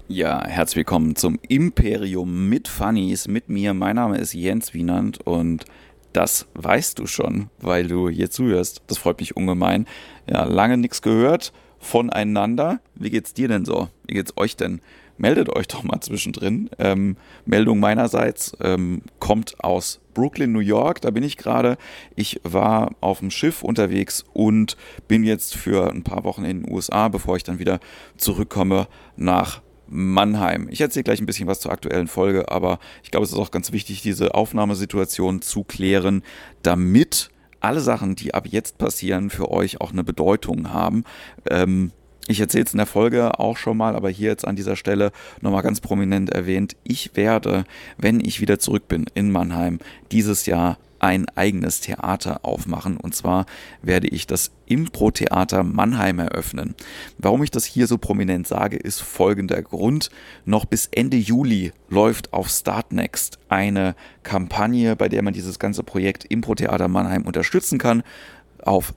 Ja, herzlich willkommen zum Imperium mit Funnies, mit mir. Mein Name ist Jens Wienand und das weißt du schon, weil du hier zuhörst. Das freut mich ungemein. Ja, lange nichts gehört voneinander. Wie geht's dir denn so? Wie geht's euch denn? Meldet euch doch mal zwischendrin. Meldung meinerseits kommt aus Brooklyn, New York. Da bin ich gerade. Ich war auf dem Schiff unterwegs und bin jetzt für ein paar Wochen in den USA, bevor ich dann wieder zurückkomme nach Mannheim. Ich erzähle gleich ein bisschen was zur aktuellen Folge, aber ich glaube, es ist auch ganz wichtig, diese Aufnahmesituation zu klären, damit alle Sachen, die ab jetzt passieren, für euch auch eine Bedeutung haben. Ich erzähle es in der Folge auch schon mal, aber hier jetzt an dieser Stelle nochmal ganz prominent erwähnt. Ich werde, wenn ich wieder zurück bin in Mannheim, dieses Jahr ein eigenes Theater aufmachen. Und zwar werde ich das Impro-Theater Mannheim eröffnen. Warum ich das hier so prominent sage, ist folgender Grund. Noch bis Ende Juli läuft auf Startnext eine Kampagne, bei der man dieses ganze Projekt Impro-Theater Mannheim unterstützen kann. Auf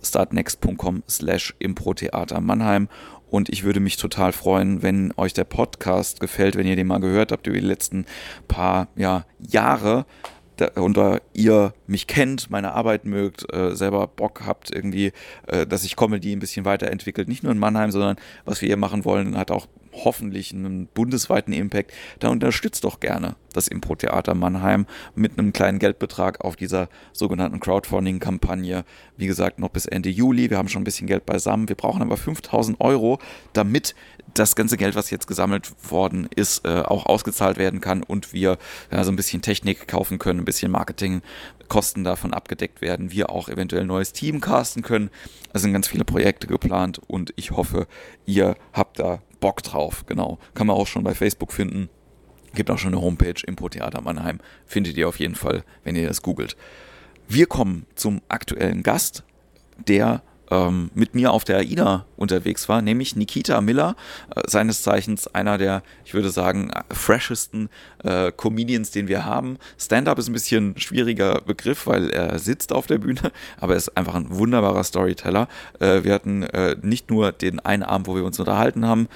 startnext.com/Impro-Theater Mannheim. Und ich würde mich total freuen, wenn euch der Podcast gefällt, wenn ihr den mal gehört habt über die letzten paar Jahre. Und ihr mich kennt, meine Arbeit mögt, selber Bock habt irgendwie, dass sich Comedy ein bisschen weiterentwickelt, nicht nur in Mannheim, sondern was wir hier machen wollen, hat auch hoffentlich einen bundesweiten Impact, dann unterstützt doch gerne das Impro-Theater Mannheim mit einem kleinen Geldbetrag auf dieser sogenannten Crowdfunding-Kampagne. Wie gesagt, noch bis Ende Juli. Wir haben schon ein bisschen Geld beisammen. Wir brauchen aber 5.000 €, damit das ganze Geld, was jetzt gesammelt worden ist, auch ausgezahlt werden kann und wir so ein bisschen Technik kaufen können, ein bisschen Marketingkosten davon abgedeckt werden, wir auch eventuell ein neues Team casten können. Es sind ganz viele Projekte geplant und ich hoffe, ihr habt da Bock drauf. Genau, kann man auch schon bei Facebook finden. Gibt auch schon eine Homepage, Impro-Theater Mannheim. Findet ihr auf jeden Fall, wenn ihr das googelt. Wir kommen zum aktuellen Gast, der mit mir auf der AIDA unterwegs war, nämlich Nikita Miller, seines Zeichens einer der, ich würde sagen, freshesten Comedians, den wir haben. Stand-up ist ein bisschen ein schwieriger Begriff, weil er sitzt auf der Bühne, aber er ist einfach ein wunderbarer Storyteller. Wir hatten nicht nur den einen Abend, wo wir uns unterhalten haben,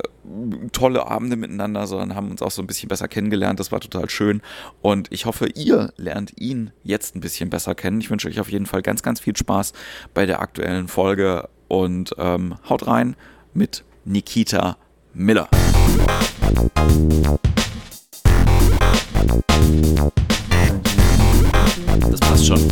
tolle Abende miteinander, sondern haben uns auch so ein bisschen besser kennengelernt. Das war total schön und ich hoffe, ihr lernt ihn jetzt ein bisschen besser kennen. Ich wünsche euch auf jeden Fall ganz, ganz viel Spaß bei der aktuellen Folge und haut rein mit Nikita Miller. Das passt schon.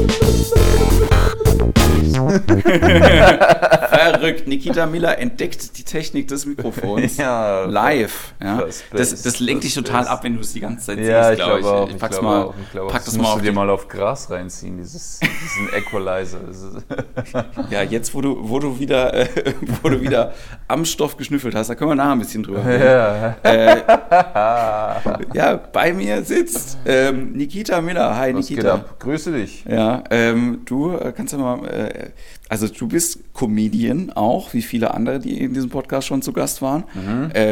Verrückt. Nikita Miller entdeckt die Technik des Mikrofons live. Ja. Das lenkt dich total ab, wenn du es die ganze Zeit siehst, glaube ich. Ich pack das mal auf. Dir mal auf Gras reinziehen, diesen Equalizer. Ja, jetzt, wo du wieder am Stoff geschnüffelt hast, da können wir nachher ein bisschen drüber reden. Ja, bei mir sitzt Nikita Miller. Hi, Was Nikita. Geht ab? Grüße dich. Ja, du kannst ja mal, also du bist Comedian auch, wie viele andere, die in diesem Podcast schon zu Gast waren. Ja.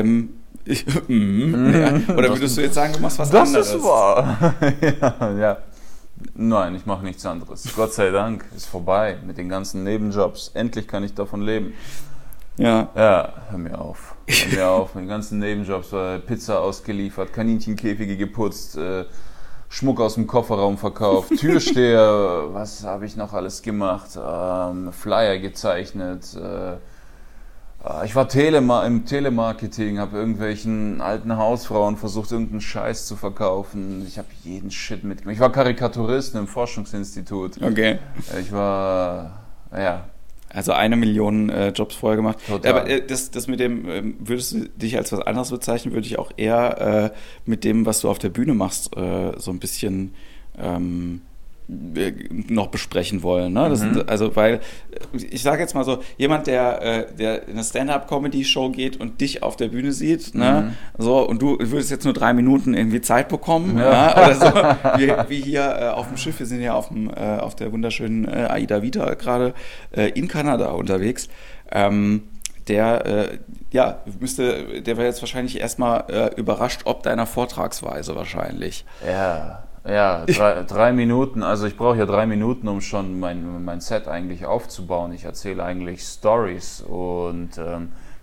Oder würdest du jetzt sagen, du machst was anderes? Das ist wahr. ja. Nein, ich mache nichts anderes. Gott sei Dank, ist vorbei mit den ganzen Nebenjobs. Endlich kann ich davon leben. Ja. Ja, hör mir auf. Mit den ganzen Nebenjobs, Pizza ausgeliefert, Kaninchenkäfige geputzt, Schmuck aus dem Kofferraum verkauft, Türsteher, was habe ich noch alles gemacht, Flyer gezeichnet, ich war im Telemarketing, habe irgendwelchen alten Hausfrauen versucht, irgendeinen Scheiß zu verkaufen, ich habe jeden Shit mitgemacht, ich war Karikaturist im Forschungsinstitut, Okay. Ich war, Also 1 Million Jobs vorher gemacht. Total. Aber das mit dem, würdest du dich als was anderes bezeichnen, würde ich auch eher mit dem, was du auf der Bühne machst, so ein bisschen noch besprechen wollen. Ne? Das, also, weil, ich sage jetzt mal so, jemand, der in eine Stand-Up-Comedy-Show geht und dich auf der Bühne sieht, ne? So, und du würdest jetzt nur 3 Minuten irgendwie Zeit bekommen, oder so, wie hier auf dem Schiff, wir sind ja auf der wunderschönen Aida Vita gerade in Kanada unterwegs, der wäre jetzt wahrscheinlich erstmal überrascht, ob deiner Vortragsweise wahrscheinlich. Ja, 3 Minuten, also ich brauche ja 3 Minuten, um schon mein Set eigentlich aufzubauen. Ich erzähle eigentlich Stories und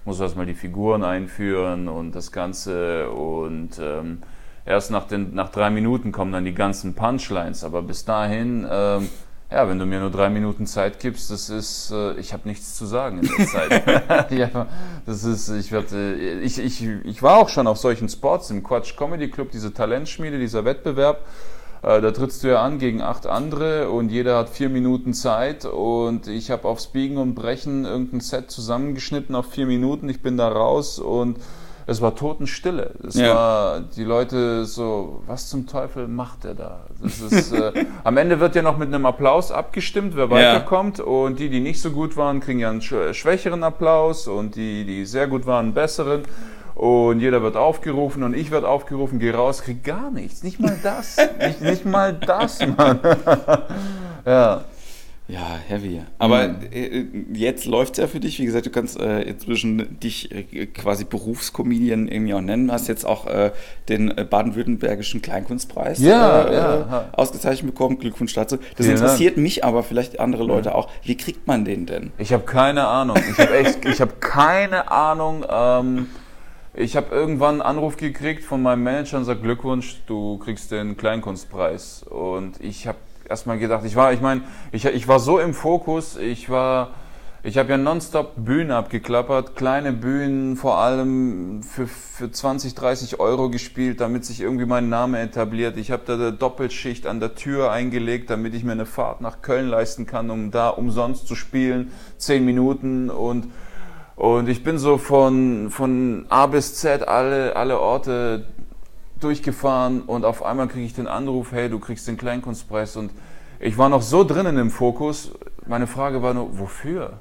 musst du erstmal die Figuren einführen und das Ganze und erst nach 3 Minuten kommen dann die ganzen Punchlines, aber bis dahin, ja, wenn du mir nur 3 Minuten Zeit gibst, das ist, ich habe nichts zu sagen in der Zeit. Ja, das ist, ich war auch schon auf solchen Spots im Quatsch Comedy Club, diese Talentschmiede, dieser Wettbewerb. Da trittst du ja an gegen 8 andere und jeder hat 4 Minuten Zeit und ich habe aufs Biegen und Brechen irgendein Set zusammengeschnitten auf 4 Minuten. Ich bin da raus und es war Totenstille. Es war die Leute so, was zum Teufel macht der da? Das ist, am Ende wird ja noch mit einem Applaus abgestimmt, wer weiterkommt und die nicht so gut waren, kriegen ja einen schwächeren Applaus und die sehr gut waren, einen besseren. Und jeder wird aufgerufen und ich werde aufgerufen, geh raus, krieg gar nichts. Nicht mal das. nicht mal das, Mann. Ja. Ja, heavy. Aber jetzt läuft es ja für dich. Wie gesagt, du kannst inzwischen dich quasi Berufscomedian irgendwie auch nennen. Du hast jetzt auch den baden-württembergischen Kleinkunstpreis ausgezeichnet bekommen. Glückwunsch dazu. Das interessiert mich aber, vielleicht andere Leute auch. Wie kriegt man den denn? Ich habe keine Ahnung. Ich habe keine Ahnung. Ich habe irgendwann einen Anruf gekriegt von meinem Manager und sagt, Glückwunsch, du kriegst den Kleinkunstpreis. Und ich habe erstmal gedacht, ich war so im Fokus, ich habe ja nonstop Bühnen abgeklappert, kleine Bühnen, vor allem für 20, 30 Euro gespielt, damit sich irgendwie mein Name etabliert. Ich habe da eine Doppelschicht an der Tür eingelegt, damit ich mir eine Fahrt nach Köln leisten kann, um da umsonst zu spielen, 10 Minuten und ich bin so von A bis Z alle Orte durchgefahren und auf einmal kriege ich den Anruf, hey, du kriegst den Kleinkunstpreis und ich war noch so drinnen im Fokus, meine Frage war nur, wofür?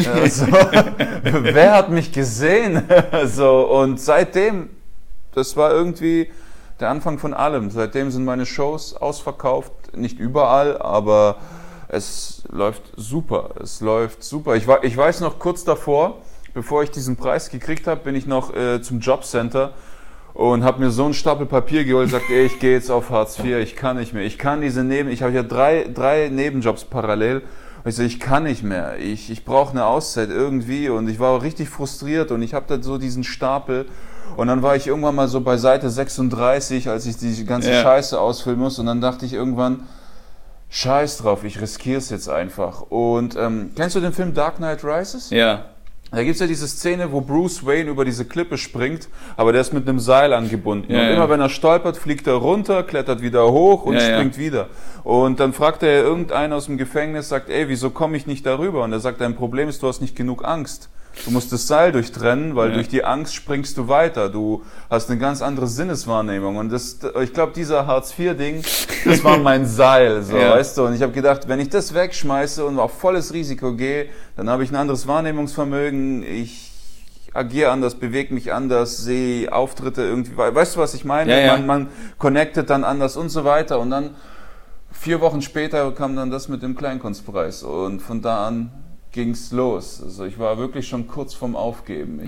Wer hat mich gesehen? Und seitdem, das war irgendwie der Anfang von allem, seitdem sind meine Shows ausverkauft, nicht überall, aber es läuft super, Ich weiß noch kurz davor, bevor ich diesen Preis gekriegt habe, bin ich noch zum Jobcenter und habe mir so einen Stapel Papier geholt und gesagt, ich gehe jetzt auf Hartz IV, ich kann nicht mehr. Ich habe ja drei Nebenjobs parallel. Und ich so, ich kann nicht mehr. Ich brauche eine Auszeit irgendwie und ich war auch richtig frustriert und ich habe da so diesen Stapel und dann war ich irgendwann mal so bei Seite 36, als ich die ganze Scheiße ausfüllen muss und dann dachte ich irgendwann, scheiß drauf, ich riskiere es jetzt einfach. Und kennst du den Film Dark Knight Rises? Ja. Da gibt es ja diese Szene, wo Bruce Wayne über diese Klippe springt, aber der ist mit einem Seil angebunden. Und immer wenn er stolpert, fliegt er runter, klettert wieder hoch und springt wieder. Und dann fragt er irgendeinen aus dem Gefängnis, sagt, ey, wieso komme ich nicht darüber? Und er sagt, dein Problem ist, du hast nicht genug Angst. Du musst das Seil durchtrennen, weil durch die Angst springst du weiter. Du hast eine ganz andere Sinneswahrnehmung. Und ich glaube, dieser Hartz-IV-Ding, das war mein Seil, weißt du. Und ich habe gedacht, wenn ich das wegschmeiße und auf volles Risiko gehe, dann habe ich ein anderes Wahrnehmungsvermögen. Ich agiere anders, bewege mich anders, sehe Auftritte irgendwie. Weißt du, was ich meine? Man connectet dann anders und so weiter. Und dann 4 Wochen später kam dann das mit dem Kleinkunstpreis. Und von da an ging's los. Also ich war wirklich schon kurz vorm Aufgeben.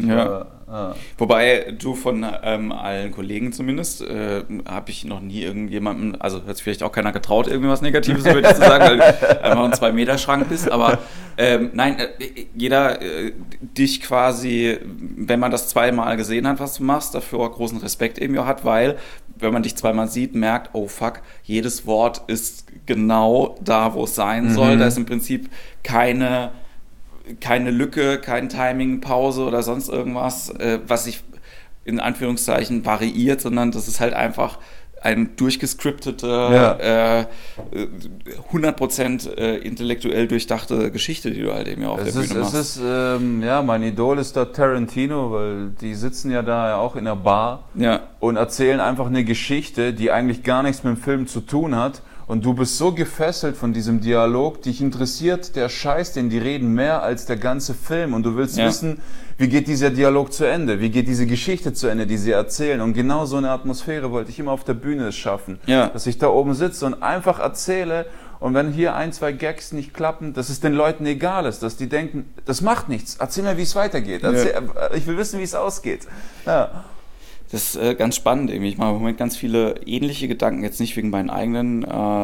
Wobei du von allen Kollegen zumindest, habe ich noch nie irgendjemandem, also hat sich vielleicht auch keiner getraut, irgendwie was Negatives über dich zu sagen, weil du einfach ein 2-Meter-Schrank bist, aber nein, jeder dich quasi, wenn man das 2-mal gesehen hat, was du machst, dafür auch großen Respekt irgendwie auch hat, weil wenn man dich 2-mal sieht, merkt, oh fuck, jedes Wort ist genau da, wo es sein soll. Da ist im Prinzip keine Lücke, kein Timing, Pause oder sonst irgendwas, was sich in Anführungszeichen variiert, sondern das ist halt einfach eine durchgescriptete, 100% intellektuell durchdachte Geschichte, die du halt eben auf der Bühne machst. Mein Idol ist da Tarantino, weil die sitzen ja da auch in der Bar und erzählen einfach eine Geschichte, die eigentlich gar nichts mit dem Film zu tun hat. Und du bist so gefesselt von diesem Dialog, dich interessiert der Scheiß, den die reden, mehr als der ganze Film. Und du willst wissen, wie geht dieser Dialog zu Ende? Wie geht diese Geschichte zu Ende, die sie erzählen? Und genau so eine Atmosphäre wollte ich immer auf der Bühne schaffen. Dass ich da oben sitze und einfach erzähle. Und wenn hier 1, 2 Gags nicht klappen, dass es den Leuten egal ist. Dass die denken, das macht nichts. Erzähl mir, wie es weitergeht. Ich will wissen, wie es ausgeht. Ja. Das ist ganz spannend irgendwie. Ich mache im Moment ganz viele ähnliche Gedanken, jetzt nicht wegen meinen eigenen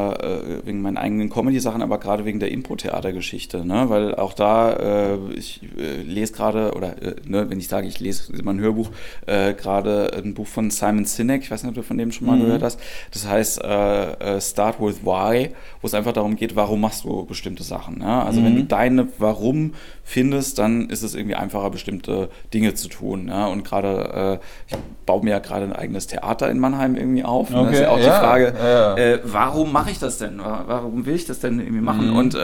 Comedy-Sachen, aber gerade wegen der Impro-Theater-Geschichte, ne? Weil auch da, ich lese gerade, wenn ich sage, ich lese immer ein Hörbuch, gerade ein Buch von Simon Sinek, ich weiß nicht, ob du von dem schon mal gehört hast, das heißt Start with Why, wo es einfach darum geht, warum machst du bestimmte Sachen, ne? Also wenn du deine Warum findest, dann ist es irgendwie einfacher, bestimmte Dinge zu tun, ne? Und gerade, ich baue mir ja gerade ein eigenes Theater in Mannheim irgendwie auf. Okay, das ist ja auch die Frage, warum mache ich das denn? Warum will ich das denn irgendwie machen? Und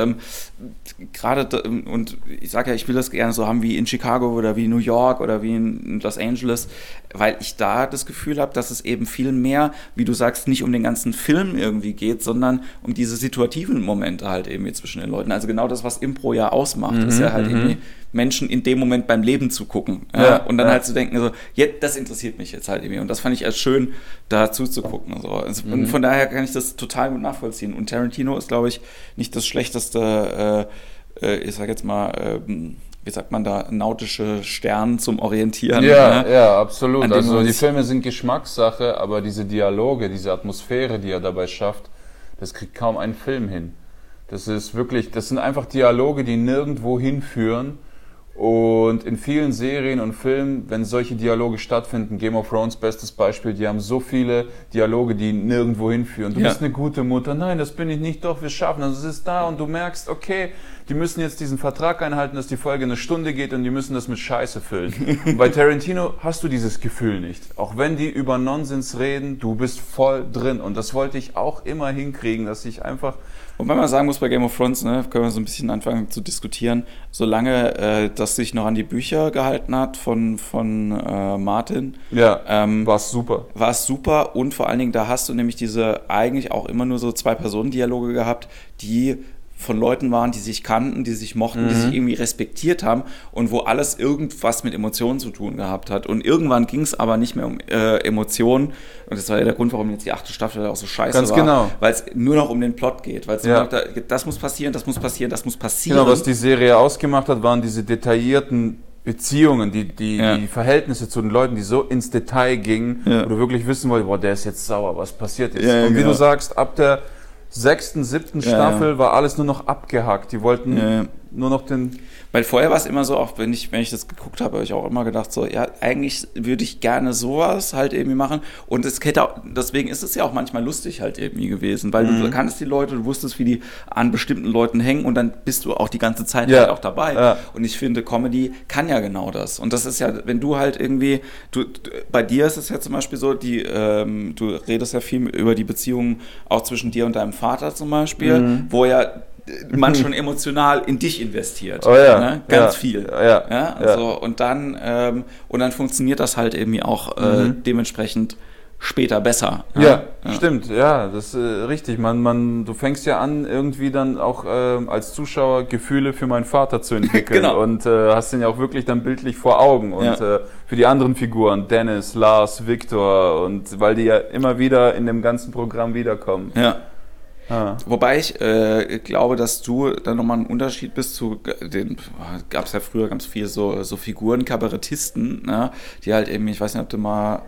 gerade, und ich sage ja, ich will das gerne so haben wie in Chicago oder wie New York oder wie in Los Angeles, weil ich da das Gefühl habe, dass es eben viel mehr, wie du sagst, nicht um den ganzen Film irgendwie geht, sondern um diese situativen Momente halt irgendwie zwischen den Leuten. Also genau das, was Impro ja ausmacht, ist ja halt irgendwie Menschen in dem Moment beim Leben zu gucken. Ja? Und dann halt zu denken, so, das interessiert mich jetzt halt irgendwie. Und das fand ich erst schön, da zuzugucken. So. Also von daher kann ich das total gut nachvollziehen. Und Tarantino ist, glaube ich, nicht das schlechteste, ich sag jetzt mal, wie sagt man da, nautische Stern zum Orientieren. Ja, absolut. Also die Filme sind Geschmackssache, aber diese Dialoge, diese Atmosphäre, die er dabei schafft, das kriegt kaum ein Film hin. Das sind einfach Dialoge, die nirgendwo hinführen. Und in vielen Serien und Filmen, wenn solche Dialoge stattfinden, Game of Thrones, bestes Beispiel, die haben so viele Dialoge, die nirgendwo hinführen. Du bist eine gute Mutter, nein, das bin ich nicht, doch, wir schaffen das, es ist da und du merkst, okay, die müssen jetzt diesen Vertrag einhalten, dass die Folge 1 Stunde geht und die müssen das mit Scheiße füllen. Und bei Tarantino hast du dieses Gefühl nicht. Auch wenn die über Nonsens reden, du bist voll drin und das wollte ich auch immer hinkriegen, dass ich einfach... Wobei man sagen muss, bei Game of Thrones, ne, können wir so ein bisschen anfangen zu diskutieren, solange das sich noch an die Bücher gehalten hat von Martin. War es super. War es super und vor allen Dingen, da hast du nämlich diese eigentlich auch immer nur so 2-Personen-Dialoge gehabt, die von Leuten waren, die sich kannten, die sich mochten, die sich irgendwie respektiert haben und wo alles irgendwas mit Emotionen zu tun gehabt hat. Und irgendwann ging es aber nicht mehr um Emotionen. Und das war ja der Grund, warum jetzt die 8. Staffel auch so scheiße Ganz war. Genau. Weil es nur noch um den Plot geht. Weil es nur noch das muss passieren, das muss passieren, das muss passieren. Genau, was die Serie ausgemacht hat, waren diese detaillierten Beziehungen, die Verhältnisse zu den Leuten, die so ins Detail gingen, wo du wirklich wissen wolltest, boah, der ist jetzt sauer, was passiert jetzt? Und wie du sagst, ab der 6., 7. Staffel war alles nur noch abgehakt. Die wollten nur noch den... Weil vorher war es immer so, auch wenn ich das geguckt habe, habe ich auch immer gedacht, so, ja, eigentlich würde ich gerne sowas halt irgendwie machen. Und deswegen ist es ja auch manchmal lustig halt irgendwie gewesen, weil du kanntest die Leute, du wusstest, wie die an bestimmten Leuten hängen und dann bist du auch die ganze Zeit halt auch dabei. Ja. Und ich finde, Comedy kann ja genau das. Und das ist ja, wenn du halt irgendwie, bei dir ist es ja zum Beispiel so, du redest ja viel über die Beziehungen auch zwischen dir und deinem Vater zum Beispiel, wo ja man schon emotional in dich investiert. Ne? Ganz viel. Und dann funktioniert das halt irgendwie auch dementsprechend später besser. Stimmt, das ist richtig. Du fängst ja an, irgendwie dann auch als Zuschauer Gefühle für meinen Vater zu entwickeln und hast den ja auch wirklich dann bildlich vor Augen und für die anderen Figuren, Dennis, Lars, Victor und weil die ja immer wieder in dem ganzen Programm wiederkommen. Wobei ich glaube, dass du dann nochmal ein Unterschied bist zu den, gab es ja früher ganz viel so Figuren, Kabarettisten, ne, die halt eben, ich weiß nicht, ob du mal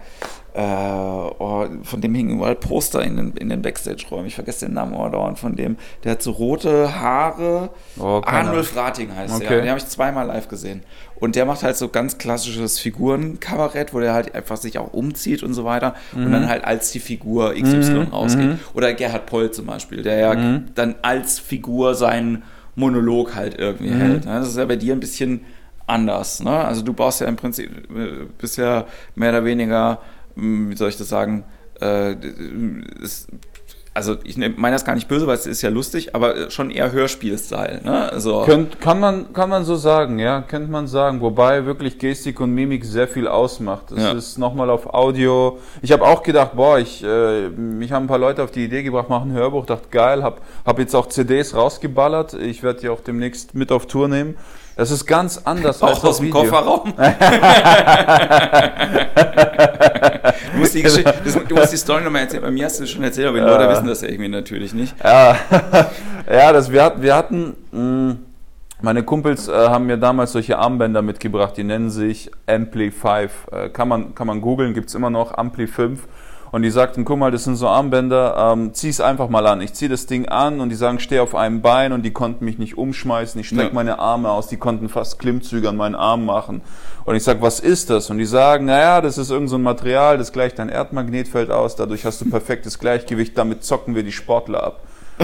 von dem hingen überall Poster in den Backstage-Räumen, ich vergesse den Namen dauernd von dem, der hat so rote Haare, Arnulf Rating heißt der, den habe ich 2-mal live gesehen. Und der macht halt so ganz klassisches Figurenkabarett, wo der halt einfach sich auch umzieht und so weiter und dann halt als die Figur XY rausgeht. Oder Gerhard Poll zum Beispiel, der ja dann als Figur seinen Monolog halt irgendwie hält. Das ist ja bei dir ein bisschen anders. Ne? Also du baust ja im Prinzip, bist ja mehr oder weniger, wie soll ich das sagen, also ich meine das gar nicht böse, weil es ist ja lustig, aber schon eher Hörspiel-Style. Ne? Also kann man so sagen, ja, könnte man sagen. Wobei wirklich Gestik und Mimik sehr viel ausmacht. Das ist nochmal auf Audio. Ich habe auch gedacht, mich haben ein paar Leute auf die Idee gebracht, machen ein Hörbuch. Dachte, geil, hab jetzt auch CDs rausgeballert. Ich werde die auch demnächst mit auf Tour nehmen. Das ist ganz anders auch aus dem Kofferraum. Du musst die Story nochmal erzählen. Bei mir hast du schon erzählt, aber die Leute wissen das ja irgendwie natürlich nicht. Wir Meine Kumpels haben mir damals solche Armbänder mitgebracht, die nennen sich Ampli 5. Kann man googeln, gibt's immer noch, Ampli 5. Und die sagten, guck mal, das sind so Armbänder, zieh's einfach mal an. Ich zieh das Ding an und die sagen, steh auf einem Bein, und die konnten mich nicht umschmeißen. Ich streck meine Arme aus, die konnten fast Klimmzüge an meinen Armen machen. Und ich sag, was ist das? Und die sagen, naja, das ist irgend so ein Material, das gleicht dein Erdmagnetfeld aus, dadurch hast du perfektes Gleichgewicht, damit zocken wir die Sportler ab.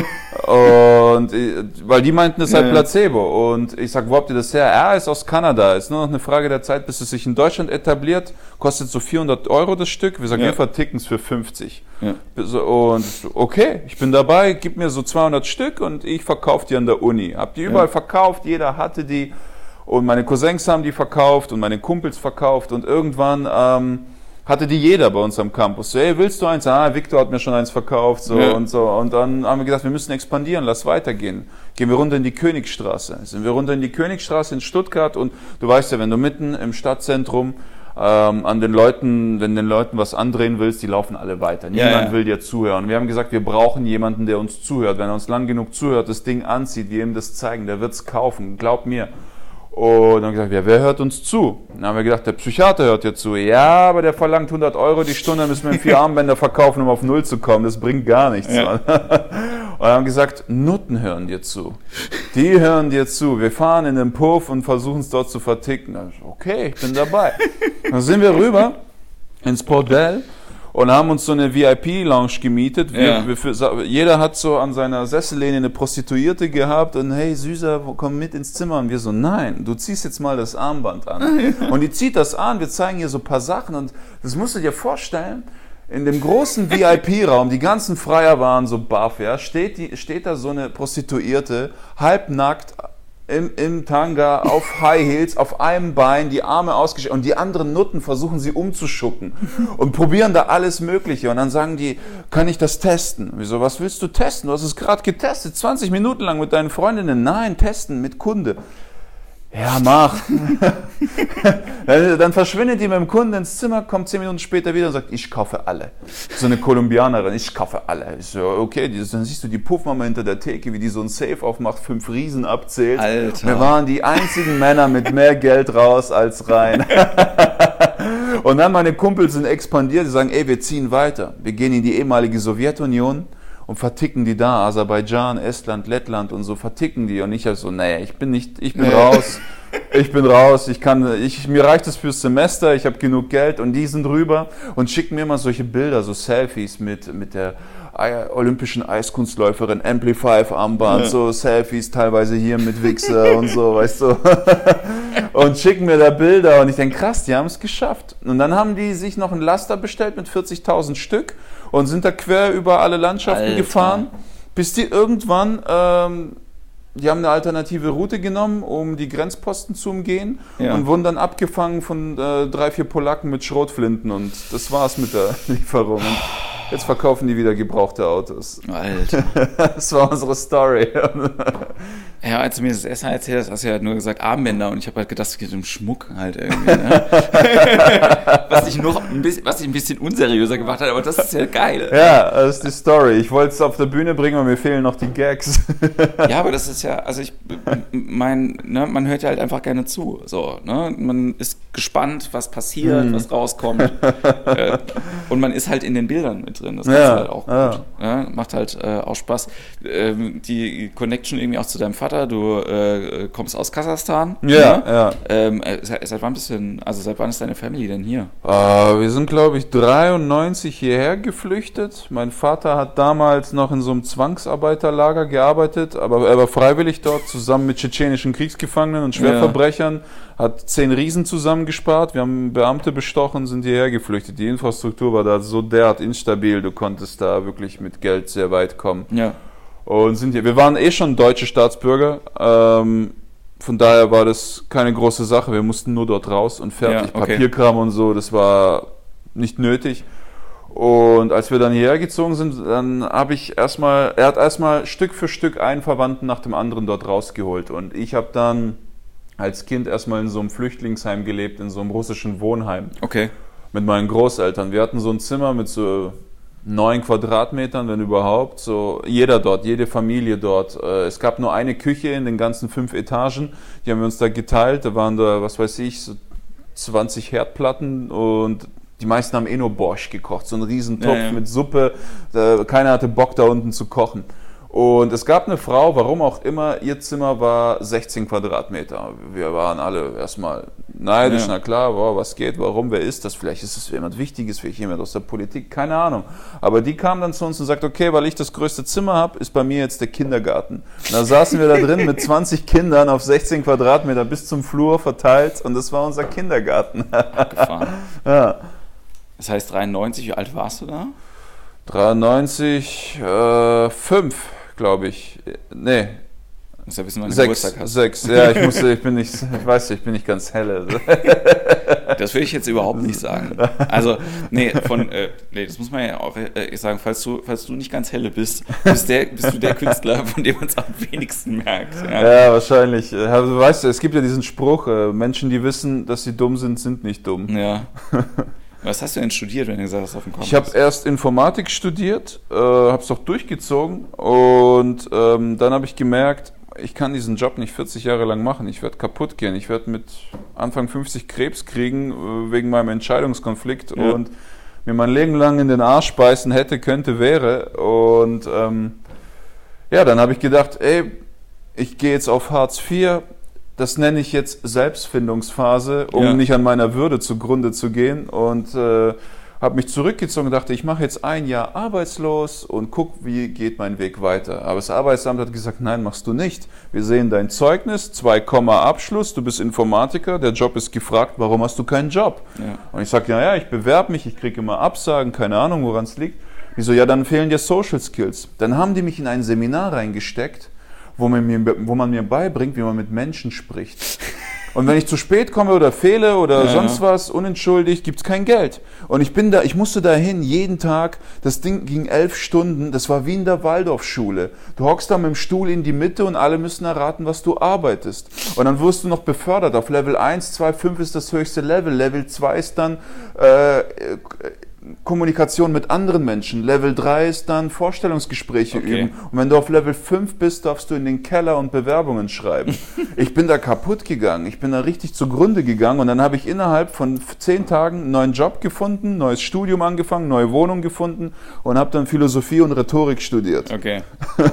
Und weil die meinten, das ist halt Placebo. Und ich sag, wo habt ihr das her? Ja, ist aus Kanada. Ist nur noch eine Frage der Zeit, bis es sich in Deutschland etabliert. Kostet so 400 € das Stück. Wir sagen, wir verticken es für 50. Ja. Und okay, ich bin dabei, gib mir so 200 Stück und ich verkaufe die an der Uni. Hab die überall verkauft, jeder hatte die. Und meine Cousins haben die verkauft und meine Kumpels verkauft. Und irgendwann hatte die jeder bei uns am Campus. So, hey, willst du eins? Ah, Victor hat mir schon eins verkauft. Und so. Und dann haben wir gesagt, wir müssen expandieren, lass weitergehen. Gehen wir runter in die Königstraße. Sind wir runter in die Königstraße in Stuttgart, und du weißt ja, wenn du mitten im Stadtzentrum wenn den Leuten was andrehen willst, die laufen alle weiter. Niemand will dir zuhören. Wir haben gesagt, wir brauchen jemanden, der uns zuhört. Wenn er uns lang genug zuhört, das Ding anzieht, wir ihm das zeigen, der wird's kaufen. Glaub mir. Und dann haben wir gesagt, ja, wer hört uns zu? Dann haben wir gedacht, der Psychiater hört dir zu. Ja, aber der verlangt 100 € die Stunde, müssen wir 4 Armbänder verkaufen, um auf Null zu kommen. Das bringt gar nichts. Ja. Und dann haben wir gesagt, Nutten hören dir zu. Die hören dir zu. Wir fahren in den Puff und versuchen es dort zu verticken. Okay, ich bin dabei. Dann sind wir rüber ins Bordell und haben uns so eine VIP-Lounge gemietet. Jeder hat so an seiner Sessellehne eine Prostituierte gehabt und hey, Süßer, komm mit ins Zimmer. Und wir so, nein, du ziehst jetzt mal das Armband an. Und die zieht das an, wir zeigen ihr so ein paar Sachen, und das musst du dir vorstellen, in dem großen VIP-Raum, die ganzen Freier waren so baff, ja, steht da so eine Prostituierte, halbnackt, im Tanga, auf High Heels, auf einem Bein, die Arme ausgestreckt, und die anderen Nutten versuchen sie umzuschucken und probieren da alles Mögliche. Und dann sagen die, kann ich das testen? Wieso, was willst du testen? Du hast es gerade getestet, 20 Minuten lang mit deinen Freundinnen. Nein, testen mit Kunde. Ja, mach. Dann verschwindet die mit dem Kunden ins Zimmer, kommt 10 Minuten später wieder und sagt, ich kaufe alle. So eine Kolumbianerin, ich kaufe alle. Ich so, okay, dann siehst du die Puffmama hinter der Theke, wie die so ein Safe aufmacht, 5 Riesen abzählt. Alter. Wir waren die einzigen Männer mit mehr Geld raus als rein. Und dann meine Kumpels sind expandiert, die sagen, ey, wir ziehen weiter. Wir gehen in die ehemalige Sowjetunion und verticken die da, Aserbaidschan, Estland, Lettland und so, verticken die. Und ich so, naja, ich bin raus, mir reicht es fürs Semester, ich habe genug Geld, und die sind rüber und schicken mir immer solche Bilder, so Selfies mit der olympischen Eiskunstläuferin, Ampli 5 Armband, so Selfies teilweise hier mit Wichser und so, weißt du. Und schicken mir da Bilder und ich denke, krass, die haben es geschafft. Und dann haben die sich noch ein Laster bestellt mit 40.000 Stück und sind da quer über alle Landschaften gefahren, bis die irgendwann, die haben eine alternative Route genommen, um die Grenzposten zu umgehen, und wurden dann abgefangen von 3, 4 Polacken mit Schrotflinten, und das war's mit der Lieferung. Und jetzt verkaufen die wieder gebrauchte Autos. Alter. Das war unsere Story. Ja, als du mir das erste Mal erzählt hast, hast du ja nur gesagt Armbänder, und ich habe halt gedacht, es geht um Schmuck halt irgendwie. Ne? was dich ein bisschen unseriöser gemacht hat, aber das ist ja geil. Ja, das ist die Story. Ich wollte es auf der Bühne bringen, aber mir fehlen noch die Gags. Ja, aber das ist ja, also man hört ja halt einfach gerne zu. So, ne? Man ist gespannt, was passiert, was rauskommt. Und man ist halt in den Bildern mit drin. Das ist halt auch gut. Ja, macht halt auch Spaß. Die Connection irgendwie auch zu deinem Vater. Du kommst aus Kasachstan. Ja. Seit wann ist deine Family denn hier? Wir sind, glaube ich, 93 hierher geflüchtet. Mein Vater hat damals noch in so einem Zwangsarbeiterlager gearbeitet, aber er war freiwillig dort, zusammen mit tschetschenischen Kriegsgefangenen und Schwerverbrechern, hat 10 Riesen zusammengespart. Wir haben Beamte bestochen, sind hierher geflüchtet. Die Infrastruktur war da so derart instabil, du konntest da wirklich mit Geld sehr weit kommen. Ja. Und wir waren schon deutsche Staatsbürger, von daher war das keine große Sache, wir mussten nur dort raus und fertig, Papierkram und so, das war nicht nötig. Und als wir dann hierher gezogen sind, dann er hat erstmal Stück für Stück einen Verwandten nach dem anderen dort rausgeholt, und ich habe dann als Kind erstmal in so einem Flüchtlingsheim gelebt, in so einem russischen Wohnheim. Okay. Mit meinen Großeltern. Wir hatten so ein Zimmer mit so 9 Quadratmetern, wenn überhaupt. So jeder dort, jede Familie dort. Es gab nur eine Küche in den ganzen 5 Etagen. Die haben wir uns da geteilt. Da waren da, was weiß ich, so 20 Herdplatten und die meisten haben nur Borscht gekocht. So einen Riesentopf mit Suppe. Keiner hatte Bock, da unten zu kochen. Und es gab eine Frau, warum auch immer, ihr Zimmer war 16 Quadratmeter. Wir waren alle erstmal neidisch, na klar, wow, was geht, warum, wer ist das? Vielleicht ist es jemand Wichtiges, vielleicht jemand aus der Politik, keine Ahnung. Aber die kam dann zu uns und sagt, okay, weil ich das größte Zimmer habe, ist bei mir jetzt der Kindergarten. Und da saßen wir da drin mit 20 Kindern auf 16 Quadratmeter bis zum Flur verteilt und das war unser Kindergarten. Abgefahren. Ja. Das heißt 93, wie alt warst du da? 93, 5. Glaube ich. Nee. Muss ja wissen, wann du 6, Geburtstag hast. 6. Ja, ich bin nicht ganz helle. Das will ich jetzt überhaupt nicht sagen. Also, das muss man ja auch sagen, falls du nicht ganz helle bist du der Künstler, von dem man es am wenigsten merkt. Ja, wahrscheinlich. Weißt du, es gibt ja diesen Spruch, Menschen, die wissen, dass sie dumm sind, sind nicht dumm. Ja. Was hast du denn studiert, wenn du gesagt hast, auf dem Campus? Ich habe erst Informatik studiert, habe es auch durchgezogen und dann habe ich gemerkt, ich kann diesen Job nicht 40 Jahre lang machen. Ich werde kaputt gehen. Ich werde mit Anfang 50 Krebs kriegen wegen meinem Entscheidungskonflikt und mir mein Leben lang in den Arsch beißen hätte, könnte, wäre. Und dann habe ich gedacht, ich gehe jetzt auf Hartz IV. Das nenne ich jetzt Selbstfindungsphase, um nicht an meiner Würde zugrunde zu gehen und habe mich zurückgezogen und dachte, ich mache jetzt 1 Jahr arbeitslos und guck, wie geht mein Weg weiter. Aber das Arbeitsamt hat gesagt, nein, machst du nicht. Wir sehen dein Zeugnis, 2, Abschluss, du bist Informatiker, der Job ist gefragt, warum hast du keinen Job? Ja. Und ich sage, ich bewerbe mich, ich kriege immer Absagen, keine Ahnung, woran es liegt. Wieso? Ja, dann fehlen dir Social Skills. Dann haben die mich in ein Seminar reingesteckt, wo man mir beibringt, wie man mit Menschen spricht. Und wenn ich zu spät komme oder fehle oder sonst was, unentschuldigt, gibt es kein Geld. Und ich musste dahin jeden Tag, das Ding ging 11 Stunden, das war wie in der Waldorfschule. Du hockst da mit dem Stuhl in die Mitte und alle müssen erraten, was du arbeitest. Und dann wirst du noch befördert. Auf Level 1, 2, 5 ist das höchste Level. Level 2 ist dann Kommunikation mit anderen Menschen. Level 3 ist dann Vorstellungsgespräche üben. Und wenn du auf Level 5 bist, darfst du in den Keller und Bewerbungen schreiben. Ich bin da kaputt gegangen. Ich bin da richtig zugrunde gegangen und dann habe ich innerhalb von 10 Tagen einen neuen Job gefunden, neues Studium angefangen, neue Wohnung gefunden und habe dann Philosophie und Rhetorik studiert. Okay.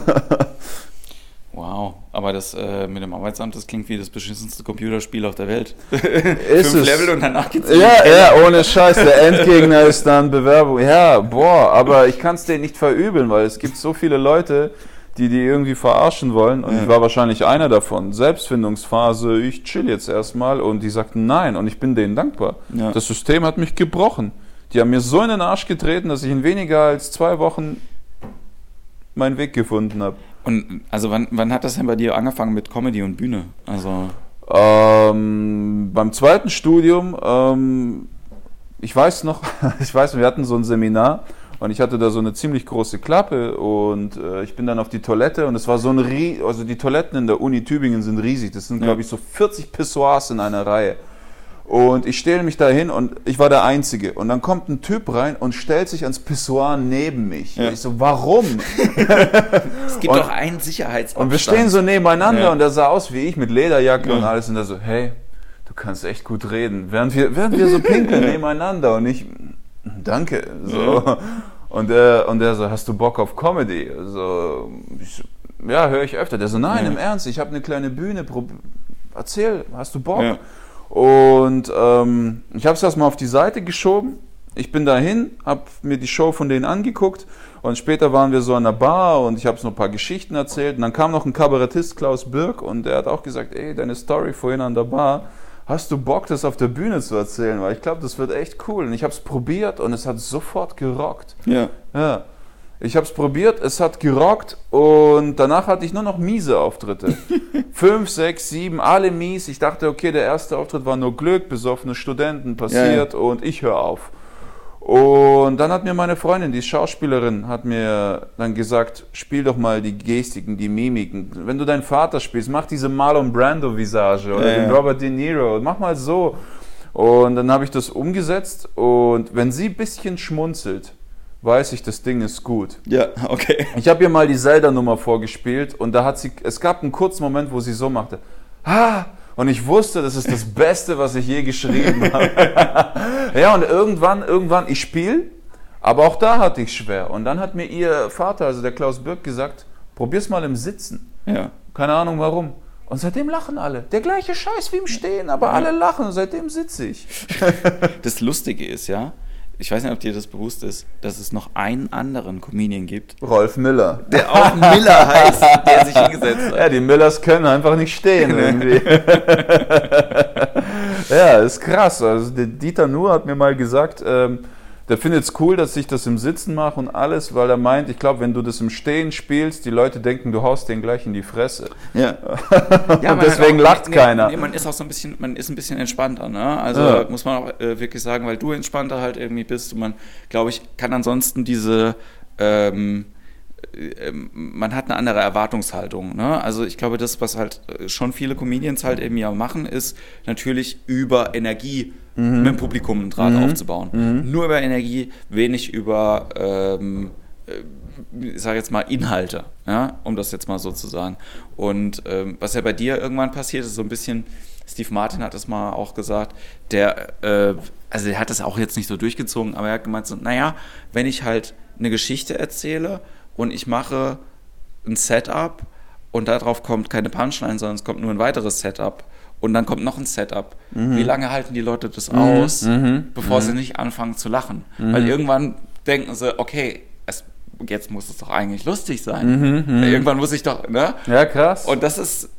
Wow, aber das mit dem Arbeitsamt, das klingt wie das beschissenste Computerspiel auf der Welt. 5 Level und danach geht's ohne Scheiß, der Endgegner ist dann Bewerbung. Ja, aber ich kann es denen nicht verübeln, weil es gibt so viele Leute, die irgendwie verarschen wollen und ich war wahrscheinlich einer davon. Selbstfindungsphase, ich chill jetzt erstmal und die sagten nein und ich bin denen dankbar. Ja. Das System hat mich gebrochen. Die haben mir so in den Arsch getreten, dass ich in weniger als 2 Wochen meinen Weg gefunden habe. Und also wann hat das denn bei dir angefangen mit Comedy und Bühne? Also beim zweiten Studium, ich weiß noch, wir hatten so ein Seminar und ich hatte da so eine ziemlich große Klappe und ich bin dann auf die Toilette und es war so also die Toiletten in der Uni Tübingen sind riesig, das sind glaube ich so 40 Pissoirs in einer Reihe. Und ich stelle mich da hin und ich war der Einzige. Und dann kommt ein Typ rein und stellt sich ans Pissoir neben mich. Ja. Und ich so, warum? Es gibt doch einen Sicherheitsabstand. Und wir stehen so nebeneinander und der sah aus wie ich mit Lederjacke und alles. Und der so, hey, du kannst echt gut reden. Während wir so pinkeln nebeneinander. Und ich, danke. So. Und der so, hast du Bock auf Comedy? So, ja, höre ich öfter. Der so, nein, im Ernst, ich habe eine kleine Bühne. Erzähl, hast du Bock? Ja. Und ich habe es erstmal auf die Seite geschoben. Ich bin dahin, habe mir die Show von denen angeguckt und später waren wir so an der Bar und ich habe so ein paar Geschichten erzählt und dann kam noch ein Kabarettist, Klaus Birk, und der hat auch gesagt, ey, deine Story vorhin an der Bar, hast du Bock, das auf der Bühne zu erzählen? Weil ich glaube, das wird echt cool. Und ich habe es probiert und es hat sofort gerockt. Ja. Ich habe es probiert, es hat gerockt und danach hatte ich nur noch miese Auftritte. 5, 6, 7, alle mies. Ich dachte, okay, der erste Auftritt war nur Glück, besoffene Studenten passiert und ich höre auf. Und dann hat mir meine Freundin, die Schauspielerin, hat mir dann gesagt, spiel doch mal die Gestiken, die Mimiken. Wenn du deinen Vater spielst, mach diese Marlon Brando-Visage oder den Robert De Niro, mach mal so. Und dann habe ich das umgesetzt und wenn sie ein bisschen schmunzelt, weiß ich, das Ding ist gut. Ja, okay. Ich habe ihr mal die Zelda-Nummer vorgespielt und da hat sie, es gab einen kurzen Moment, wo sie so machte, und ich wusste, das ist das Beste, was ich je geschrieben habe. Ja, und irgendwann, ich spiele, aber auch da hatte ich schwer. Und dann hat mir ihr Vater, also der Klaus Birk, gesagt, probier's mal im Sitzen. Ja. Keine Ahnung warum. Und seitdem lachen alle. Der gleiche Scheiß wie im Stehen, aber alle lachen und seitdem sitze ich. Das Lustige ist ja, ich weiß nicht, ob dir das bewusst ist, dass es noch einen anderen Comedian gibt. Rolf Miller. Der auch Miller heißt, der sich hingesetzt hat. Ja, die Millers können einfach nicht stehen irgendwie. Ja, ist krass. Also der Dieter Nuhr hat mir mal gesagt, der findet es cool, dass ich das im Sitzen mache und alles, weil er meint, ich glaube, wenn du das im Stehen spielst, die Leute denken, du haust den gleich in die Fresse. Ja. Und deswegen lacht keiner. Man ist auch so ein bisschen entspannter, ne? Also muss man auch wirklich sagen, weil du entspannter halt irgendwie bist und man, glaube ich, kann ansonsten man hat eine andere Erwartungshaltung. Ne? Also ich glaube, das, was halt schon viele Comedians halt eben ja machen, ist natürlich über Energie mit dem Publikum einen Draht aufzubauen. Nur über Energie, wenig über, ich sage jetzt mal, Inhalte, ja? Um das jetzt mal so zu sagen. Und was ja bei dir irgendwann passiert ist, so ein bisschen, Steve Martin hat das mal auch gesagt, also der hat das auch jetzt nicht so durchgezogen, aber er hat gemeint so, naja, wenn ich halt eine Geschichte erzähle und ich mache ein Setup und darauf kommt keine Punchline, sondern es kommt nur ein weiteres Setup und dann kommt noch ein Setup. Wie lange halten die Leute das aus, bevor sie nicht anfangen zu lachen? Weil irgendwann denken sie, okay, jetzt muss es doch eigentlich lustig sein. Irgendwann muss ich doch, ne? Ja, krass. Und das ist,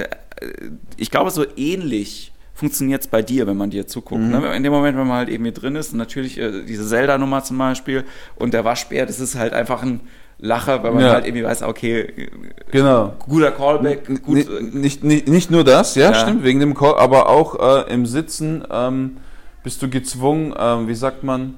ich glaube, so ähnlich funktioniert es bei dir, wenn man dir zuguckt. Ne? In dem Moment, wenn man halt eben hier drin ist, natürlich diese Zelda-Nummer zum Beispiel und der Waschbär, das ist halt einfach ein Lacher, weil man halt irgendwie weiß, okay, genau. Guter Callback. Gut, nicht nur das, ja, stimmt, wegen dem Call, aber auch im Sitzen bist du gezwungen, wie sagt man,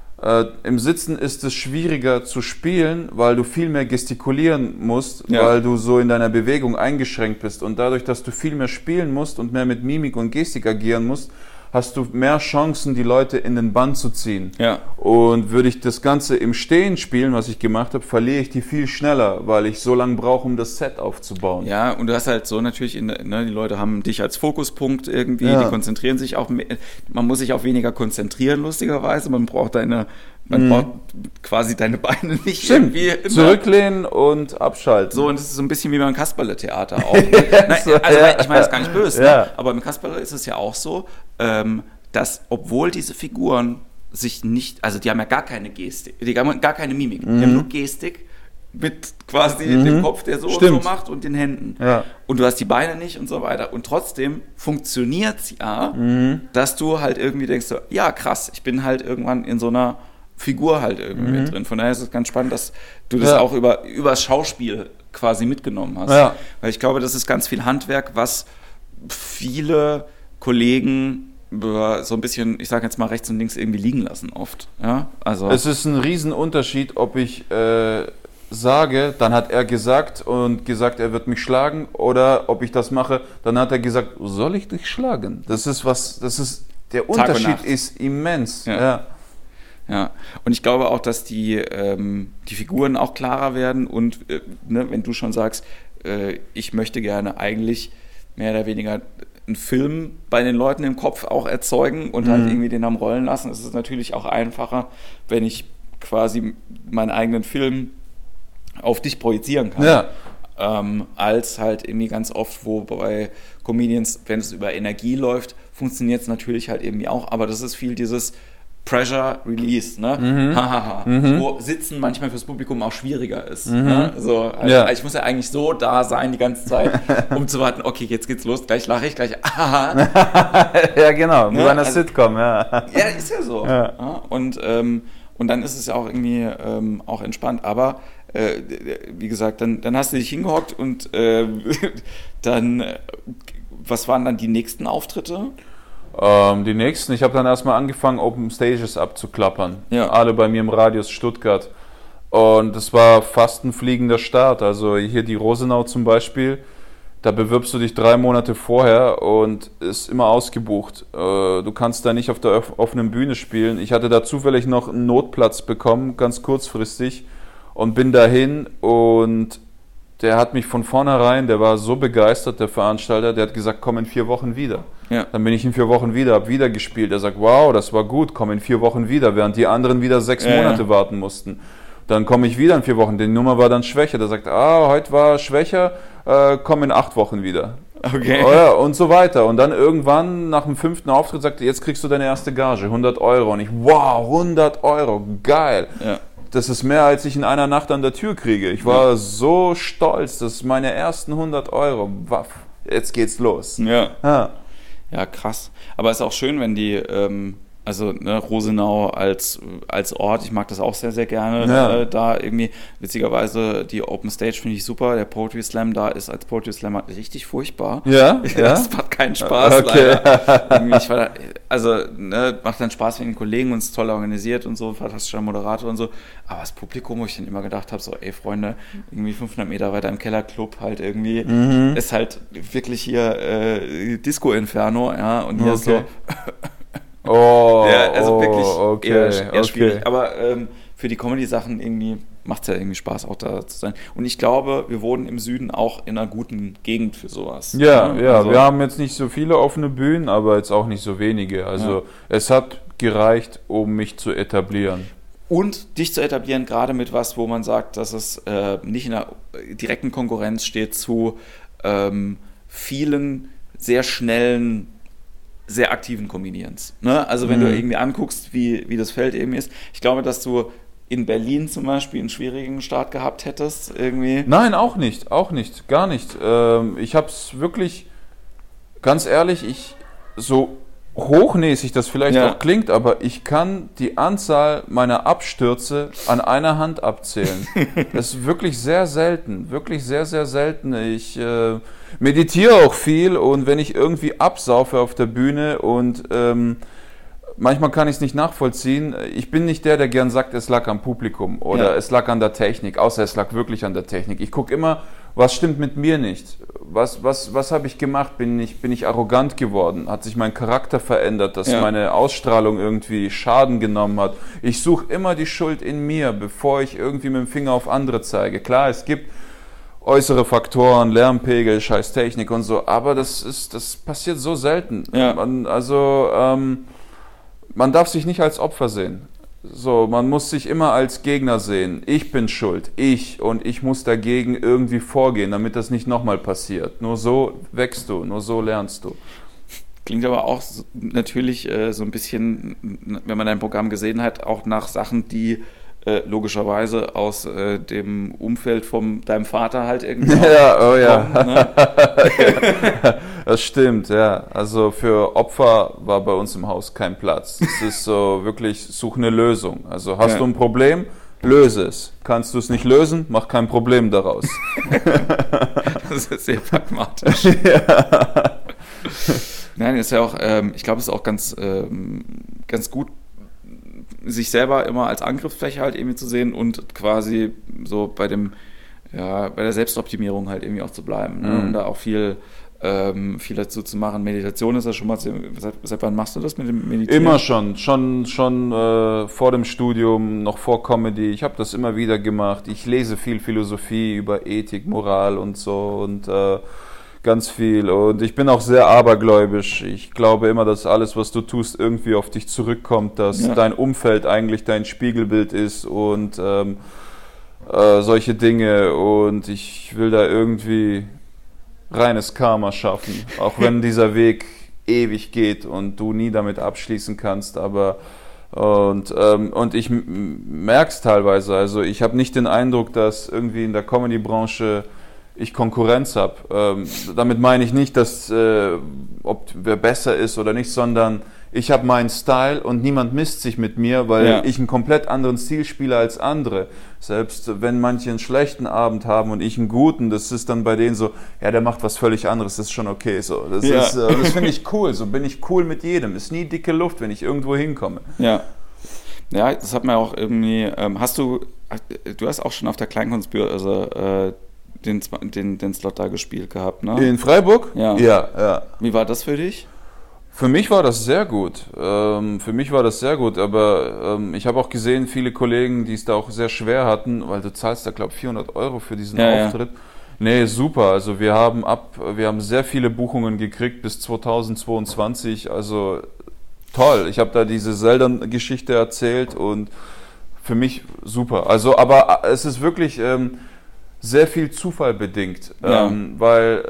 im Sitzen ist es schwieriger zu spielen, weil du viel mehr gestikulieren musst, weil du so in deiner Bewegung eingeschränkt bist. Und dadurch, dass du viel mehr spielen musst und mehr mit Mimik und Gestik agieren musst, hast du mehr Chancen, die Leute in den Bann zu ziehen. Ja. Und würde ich das Ganze im Stehen spielen, was ich gemacht habe, verliere ich die viel schneller, weil ich so lange brauche, um das Set aufzubauen. Ja, und du hast halt so natürlich, die Leute haben dich als Fokuspunkt irgendwie, die konzentrieren sich auch, man muss sich auch weniger konzentrieren, lustigerweise, man braucht braucht quasi deine Beine nicht irgendwie zurücklehnen und abschalten. So, und das ist so ein bisschen wie beim Kasperle-Theater auch. Ich meine das gar nicht böse, aber im Kasperle ist es ja auch so, dass, obwohl diese Figuren sich nicht, also die haben ja gar keine Gestik, die haben gar keine Mimik, die haben nur Gestik mit quasi dem Kopf, der so und so macht und den Händen. Ja. Und du hast die Beine nicht und so weiter. Und trotzdem funktioniert es ja, dass du halt irgendwie denkst, so, ja krass, ich bin halt irgendwann in so einer Figur halt irgendwie mit drin. Von daher ist es ganz spannend, dass du das auch übers Schauspiel quasi mitgenommen hast. Ja. Weil ich glaube, das ist ganz viel Handwerk, was viele Kollegen so ein bisschen, ich sage jetzt mal, rechts und links irgendwie liegen lassen oft. Ja? Also es ist ein Riesenunterschied, ob ich sage, dann hat er gesagt er wird mich schlagen, oder ob ich das mache, dann hat er gesagt, soll ich dich schlagen? Der Unterschied ist immens. Ja, und ich glaube auch, dass die Figuren auch klarer werden und wenn du schon sagst, ich möchte gerne eigentlich mehr oder weniger einen Film bei den Leuten im Kopf auch erzeugen und halt irgendwie den am Rollen lassen, ist es natürlich auch einfacher, wenn ich quasi meinen eigenen Film auf dich projizieren kann. Ja. Als halt irgendwie ganz oft, wo bei Comedians, wenn es über Energie läuft, funktioniert es natürlich halt irgendwie auch, aber das ist viel dieses Pressure Release, ne? Wo Sitzen manchmal fürs Publikum auch schwieriger ist. Ne? So, ich muss ja eigentlich so da sein die ganze Zeit, um zu warten, okay, jetzt geht's los, gleich lache ich, gleich Ja, genau, wie bei einer Sitcom, Ja, ist ja so. Ja. Und dann ist es ja auch irgendwie auch entspannt, aber wie gesagt, dann hast du dich hingehockt und dann, was waren dann die nächsten Auftritte? Die nächsten, ich habe dann erstmal angefangen, Open Stages abzuklappern. Ja. Alle bei mir im Radius Stuttgart. Und das war fast ein fliegender Start. Also hier die Rosenau zum Beispiel, Da bewirbst du dich 3 Monate vorher und ist immer ausgebucht. Du kannst da nicht auf der offenen Bühne spielen. Ich hatte da zufällig noch einen Notplatz bekommen, ganz kurzfristig, und bin dahin, und der hat mich von vornherein, der war so begeistert, der Veranstalter, der hat gesagt, komm in 4 Wochen wieder. Ja. Dann bin ich in 4 Wochen wieder, habe wieder gespielt. Er sagt, wow, das war gut, komm in 4 Wochen wieder, während die anderen wieder 6 Monate warten mussten. Dann komme ich wieder in 4 Wochen, die Nummer war dann schwächer. Der sagt, heute war schwächer, komm in 8 Wochen wieder. Okay. Und so weiter. Und dann irgendwann nach dem 5. Auftritt sagt er, jetzt kriegst du deine erste Gage, 100 Euro. Und ich, wow, 100 Euro, geil. Ja. Das ist mehr, als ich in einer Nacht an der Tür kriege. Ich war so stolz, das ist meine ersten 100 Euro. Jetzt geht's los. Ja, krass. Aber es ist auch schön, wenn die, Rosenau als Ort, ich mag das auch sehr, sehr gerne, da irgendwie, witzigerweise, die Open Stage finde ich super, der Poetry Slam da ist als Poetry Slammer richtig furchtbar. Ja? Das macht keinen Spaß, leider. Irgendwie, ich war da, macht dann Spaß mit den Kollegen und ist toll organisiert und so, fantastischer Moderator und so, aber das Publikum, wo ich dann immer gedacht habe, so, ey Freunde, irgendwie 500 Meter weiter im Kellerclub halt irgendwie, ist halt wirklich hier Disco-Inferno, ja, und hier ist so... wirklich eher schwierig. Aber für die Comedy-Sachen irgendwie macht es ja irgendwie Spaß, auch da zu sein. Und ich glaube, wir wohnen im Süden auch in einer guten Gegend für sowas. Ja, also, wir haben jetzt nicht so viele offene Bühnen, aber jetzt auch nicht so wenige. Also es hat gereicht, um mich zu etablieren. Und dich zu etablieren, gerade mit was, wo man sagt, dass es nicht in einer direkten Konkurrenz steht zu vielen sehr schnellen, sehr aktiven Comedians. Ne? Also wenn du irgendwie anguckst, wie das Feld eben ist. Ich glaube, dass du in Berlin zum Beispiel einen schwierigen Start gehabt hättest. Irgendwie. Nein, auch nicht, gar nicht. Ich habe es wirklich, ganz ehrlich, so hochnäsig das vielleicht auch klingt, aber ich kann die Anzahl meiner Abstürze an einer Hand abzählen. Das ist wirklich sehr selten, wirklich sehr, sehr selten. Ich meditiere auch viel, und wenn ich irgendwie absaufe auf der Bühne und manchmal kann ich es nicht nachvollziehen. Ich bin nicht der gern sagt, es lag am Publikum oder es lag an der Technik, außer es lag wirklich an der Technik. Ich gucke immer, was stimmt mit mir nicht? Was habe ich gemacht? Bin ich arrogant geworden? Hat sich mein Charakter verändert, dass meine Ausstrahlung irgendwie Schaden genommen hat? Ich suche immer die Schuld in mir, bevor ich irgendwie mit dem Finger auf andere zeige. Klar, es gibt äußere Faktoren, Lärmpegel, scheiß Technik und so, aber das passiert so selten. Ja. Man darf sich nicht als Opfer sehen. So, man muss sich immer als Gegner sehen. Ich bin schuld, und ich muss dagegen irgendwie vorgehen, damit das nicht nochmal passiert. Nur so wächst du, nur so lernst du. Klingt aber auch natürlich so ein bisschen, wenn man dein Programm gesehen hat, auch nach Sachen, die logischerweise aus dem Umfeld von deinem Vater halt irgendwie kommen, ne? Das stimmt, ja. Also für Opfer war bei uns im Haus kein Platz. Es ist so wirklich, such eine Lösung. Also hast du ein Problem, löse es. Kannst du es nicht lösen, mach kein Problem daraus. Das ist sehr pragmatisch. Nein, ist ja auch, ich glaube, es ist auch ganz gut, sich selber immer als Angriffsfläche halt irgendwie zu sehen und quasi so bei der Selbstoptimierung halt irgendwie auch zu bleiben, ne? Und da auch viel dazu zu machen. Meditation ist ja schon mal, seit wann machst du das mit dem Meditieren? Immer schon vor dem Studium, noch vor Comedy. Ich habe das immer wieder gemacht. Ich lese viel Philosophie über Ethik, Moral und so und ganz viel, und ich bin auch sehr abergläubisch. Ich glaube immer, dass alles, was du tust, irgendwie auf dich zurückkommt, dass dein Umfeld eigentlich dein Spiegelbild ist und solche Dinge, und ich will da irgendwie reines Karma schaffen, auch wenn dieser Weg ewig geht und du nie damit abschließen kannst, aber und ich merke es teilweise, also ich habe nicht den Eindruck, dass irgendwie in der Comedy-Branche ich Konkurrenz habe. Damit meine ich nicht, dass ob wer besser ist oder nicht, sondern ich habe meinen Style und niemand misst sich mit mir, weil ich einen komplett anderen Stil spiele als andere. Selbst wenn manche einen schlechten Abend haben und ich einen guten, das ist dann bei denen so, der macht was völlig anderes, das ist schon okay. So. Das finde ich cool, so bin ich cool mit jedem. Ist nie dicke Luft, wenn ich irgendwo hinkomme. Ja, das hat man auch irgendwie, du hast auch schon auf der Kleinkunstbörse den Slot da gespielt gehabt, ne? In Freiburg? Ja. Ja. Wie war das für dich? Für mich war das sehr gut. Aber ich habe auch gesehen, viele Kollegen, die es da auch sehr schwer hatten, weil du zahlst da, glaube ich, 400 Euro für diesen Auftritt. Ja. Nee, super. Also wir haben sehr viele Buchungen gekriegt bis 2022. Also toll. Ich habe da diese Zelda-Geschichte erzählt und für mich super. Also, aber es ist wirklich sehr viel Zufall bedingt, weil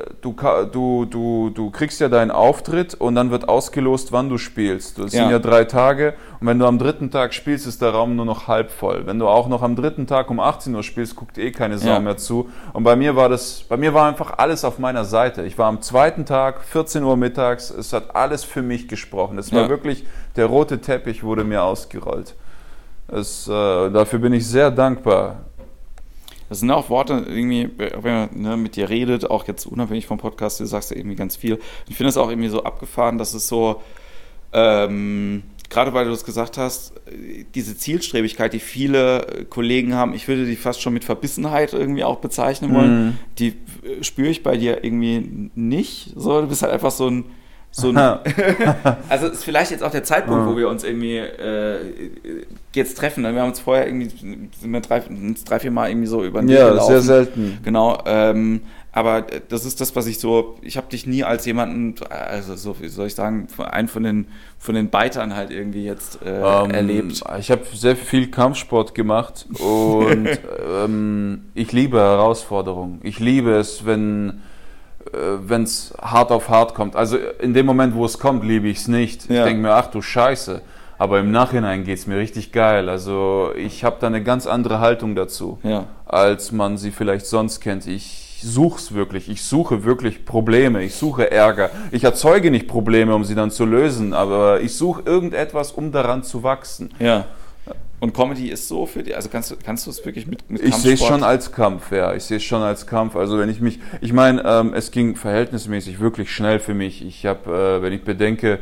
du kriegst ja deinen Auftritt und dann wird ausgelost, wann du spielst. Das sind ja 3 Tage und wenn du am 3. Tag spielst, ist der Raum nur noch halb voll. Wenn du auch noch am 3. Tag um 18 Uhr spielst, guckt keine Sau mehr zu. Und bei mir war einfach alles auf meiner Seite. Ich war am 2. Tag, 14 Uhr mittags, es hat alles für mich gesprochen. Es war wirklich, der rote Teppich wurde mir ausgerollt. Dafür bin ich sehr dankbar. Das sind auch Worte, irgendwie, wenn man mit dir redet, auch jetzt unabhängig vom Podcast, du sagst ja irgendwie ganz viel. Ich finde es auch irgendwie so abgefahren, dass es so, gerade weil du es gesagt hast, diese Zielstrebigkeit, die viele Kollegen haben, ich würde die fast schon mit Verbissenheit irgendwie auch bezeichnen wollen, die spüre ich bei dir irgendwie nicht. So, du bist halt einfach so ein also ist vielleicht jetzt auch der Zeitpunkt, wo wir uns irgendwie jetzt treffen. Wir haben uns vorher irgendwie, sind wir 3-4 Mal irgendwie so über den Weg gelaufen. Ja, sehr selten. Genau, aber das ist das, was ich habe dich nie als jemanden, also so, wie soll ich sagen, einen von den Beitern halt irgendwie jetzt erlebt. Ich habe sehr viel Kampfsport gemacht und ich liebe Herausforderungen. Ich liebe es, wenn es hart auf hart kommt. Also in dem Moment, wo es kommt, liebe ich es nicht. Ich denke mir, ach du Scheiße. Aber im Nachhinein geht es mir richtig geil. Also ich habe da eine ganz andere Haltung dazu, als man sie vielleicht sonst kennt. Ich suche wirklich Probleme, ich suche Ärger. Ich erzeuge nicht Probleme, um sie dann zu lösen, aber ich suche irgendetwas, um daran zu wachsen. Ja. Und Comedy ist so für dich, also kannst du es wirklich mit Ich sehe es schon als Kampf, Also wenn ich meine, es ging verhältnismäßig wirklich schnell für mich. Ich habe, wenn ich bedenke,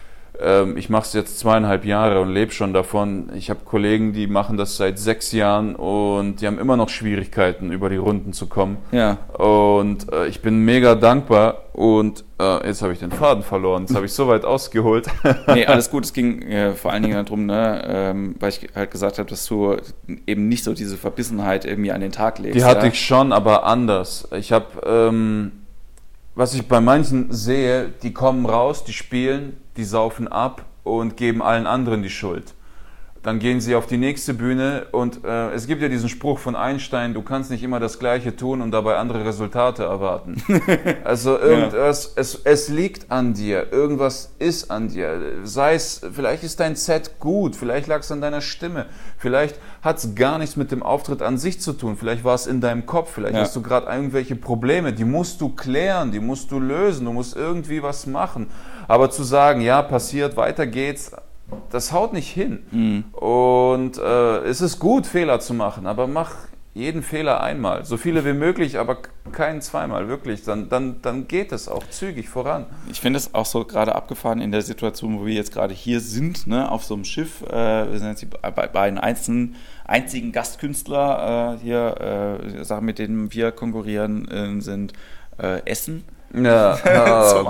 ich mache es jetzt 2,5 Jahre und lebe schon davon. Ich habe Kollegen, die machen das seit 6 Jahren und die haben immer noch Schwierigkeiten, über die Runden zu kommen. Ja. Und ich bin mega dankbar und jetzt habe ich den Faden verloren. Jetzt habe ich so weit ausgeholt. Nee, alles gut. Es ging vor allen Dingen darum, weil ich halt gesagt habe, dass du eben nicht so diese Verbissenheit irgendwie an den Tag legst. Die hatte ich schon, aber anders. Ich habe... was ich bei manchen sehe, die kommen raus, die spielen, die saufen ab und geben allen anderen die Schuld. Dann gehen sie auf die nächste Bühne und es gibt ja diesen Spruch von Einstein, du kannst nicht immer das Gleiche tun und dabei andere Resultate erwarten. Also irgendwas, es liegt an dir, irgendwas ist an dir. Sei es, vielleicht ist dein Set gut, vielleicht lag es an deiner Stimme, vielleicht hat es gar nichts mit dem Auftritt an sich zu tun, vielleicht war es in deinem Kopf, vielleicht hast du gerade irgendwelche Probleme, die musst du klären, die musst du lösen, du musst irgendwie was machen. Aber zu sagen, ja, passiert, weiter geht's, das haut nicht hin. Und es ist gut, Fehler zu machen, aber mach jeden Fehler einmal. So viele wie möglich, aber keinen zweimal, wirklich. Dann geht es auch zügig voran. Ich finde es auch so gerade abgefahren in der Situation, wo wir jetzt gerade hier sind, ne, auf so einem Schiff. Wir sind jetzt bei beiden einzigen Gastkünstler hier, Sachen, mit denen wir konkurrieren, sind Essen. Ja, zum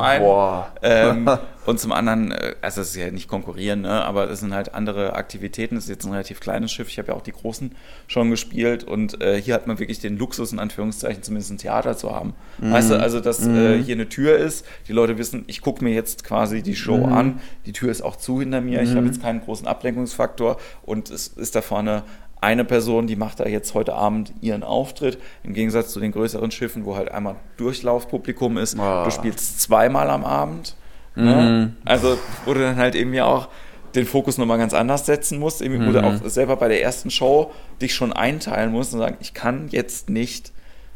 einen. Und zum anderen, also es ist ja nicht konkurrieren, ne, aber es sind halt andere Aktivitäten. Es ist jetzt ein relativ kleines Schiff. Ich habe ja auch die großen schon gespielt und hier hat man wirklich den Luxus, in Anführungszeichen, zumindest ein Theater zu haben. Weißt du, also dass hier eine Tür ist, die Leute wissen, ich gucke mir jetzt quasi die Show an, die Tür ist auch zu hinter mir, ich habe jetzt keinen großen Ablenkungsfaktor und es ist da vorne eine Person, die macht da jetzt heute Abend ihren Auftritt, im Gegensatz zu den größeren Schiffen, wo halt einmal Durchlaufpublikum ist. Du spielst 2-mal am Abend. Ne? Also wo du dann halt irgendwie auch den Fokus nochmal ganz anders setzen musst, wo du auch selber bei der ersten Show dich schon einteilen musst und sagen, ich kann jetzt nicht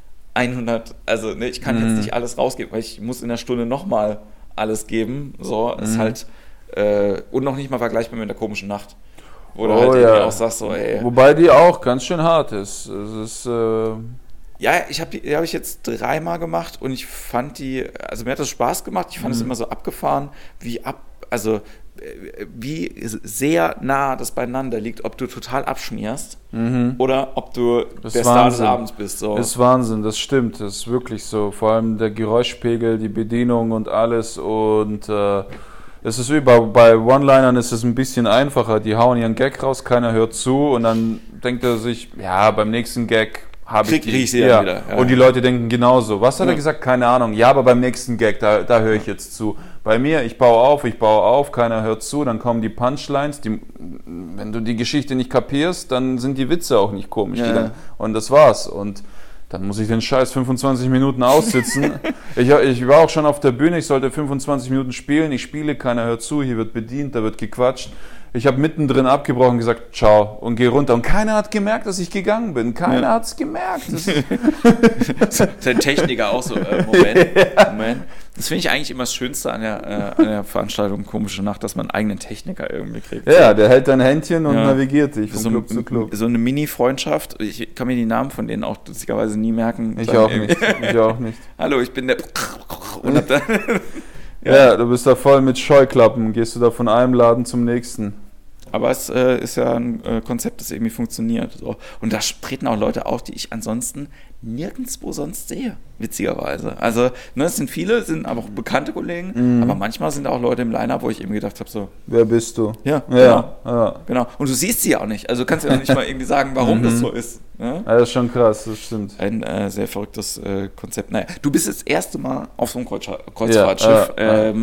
100, also ne, ich kann jetzt nicht alles rausgeben, weil ich muss in der Stunde nochmal alles geben. So, ist halt und noch nicht mal vergleichbar mit der komischen Nacht. Wo du halt irgendwie auch sagst, so, ey. Wobei die auch ganz schön hart ist. Es ist ja, die habe ich jetzt 3-mal gemacht und ich fand also mir hat das Spaß gemacht. Ich fand es immer so abgefahren, also wie sehr nah das beieinander liegt, ob du total abschmierst oder ob du der Star des Abends bist. So. Das ist Wahnsinn, das stimmt, das ist wirklich so. Vor allem der Geräuschpegel, die Bedienung und alles und es ist bei One-Linern ist es ein bisschen einfacher. Die hauen ihren Gag raus, keiner hört zu und dann denkt er sich, ja, beim nächsten Gag habe ich die. Ja. Wieder. Ja. Und die Leute denken genauso. Was hat er gesagt? Keine Ahnung. Ja, aber beim nächsten Gag, da höre ich jetzt zu. Bei mir, ich baue auf, keiner hört zu, dann kommen die Punchlines. Wenn du die Geschichte nicht kapierst, dann sind die Witze auch nicht komisch. Ja. Und das war's. Und dann muss ich den Scheiß 25 Minuten aussitzen. Ich war auch schon auf der Bühne, ich sollte 25 Minuten spielen. Ich spiele, keiner hört zu, hier wird bedient, da wird gequatscht. Ich habe mittendrin abgebrochen und gesagt, ciao, und gehe runter. Und keiner hat gemerkt, dass ich gegangen bin. Keiner hat es gemerkt. Das ist ein Techniker auch so, Moment. Das finde ich eigentlich immer das Schönste an der Veranstaltung Komische Nacht, dass man einen eigenen Techniker irgendwie kriegt. Ja, der hält dein Händchen und navigiert dich von Club zu Club. So eine Mini-Freundschaft. Ich kann mir die Namen von denen auch lustigerweise nie merken. Ich auch nicht. Hallo, ich bin der... Und hab dann ja, du bist da voll mit Scheuklappen, gehst du da von einem Laden zum nächsten. Aber es ist ja ein Konzept, das irgendwie funktioniert. So. Und da treten auch Leute auf, die ich ansonsten nirgendwo sonst sehe, witzigerweise. Also, es sind viele, sind aber auch bekannte Kollegen, aber manchmal sind auch Leute im Line-Up, wo ich irgendwie gedacht habe, so... Wer bist du? Ja. Genau. Und du siehst sie auch nicht. Also, du kannst ja nicht mal irgendwie sagen, warum das so ist. Ne? Ja, das ist schon krass, das stimmt. Ein sehr verrücktes Konzept. Naja, du bist das erste Mal auf so einem Kreuzfahrtschiff.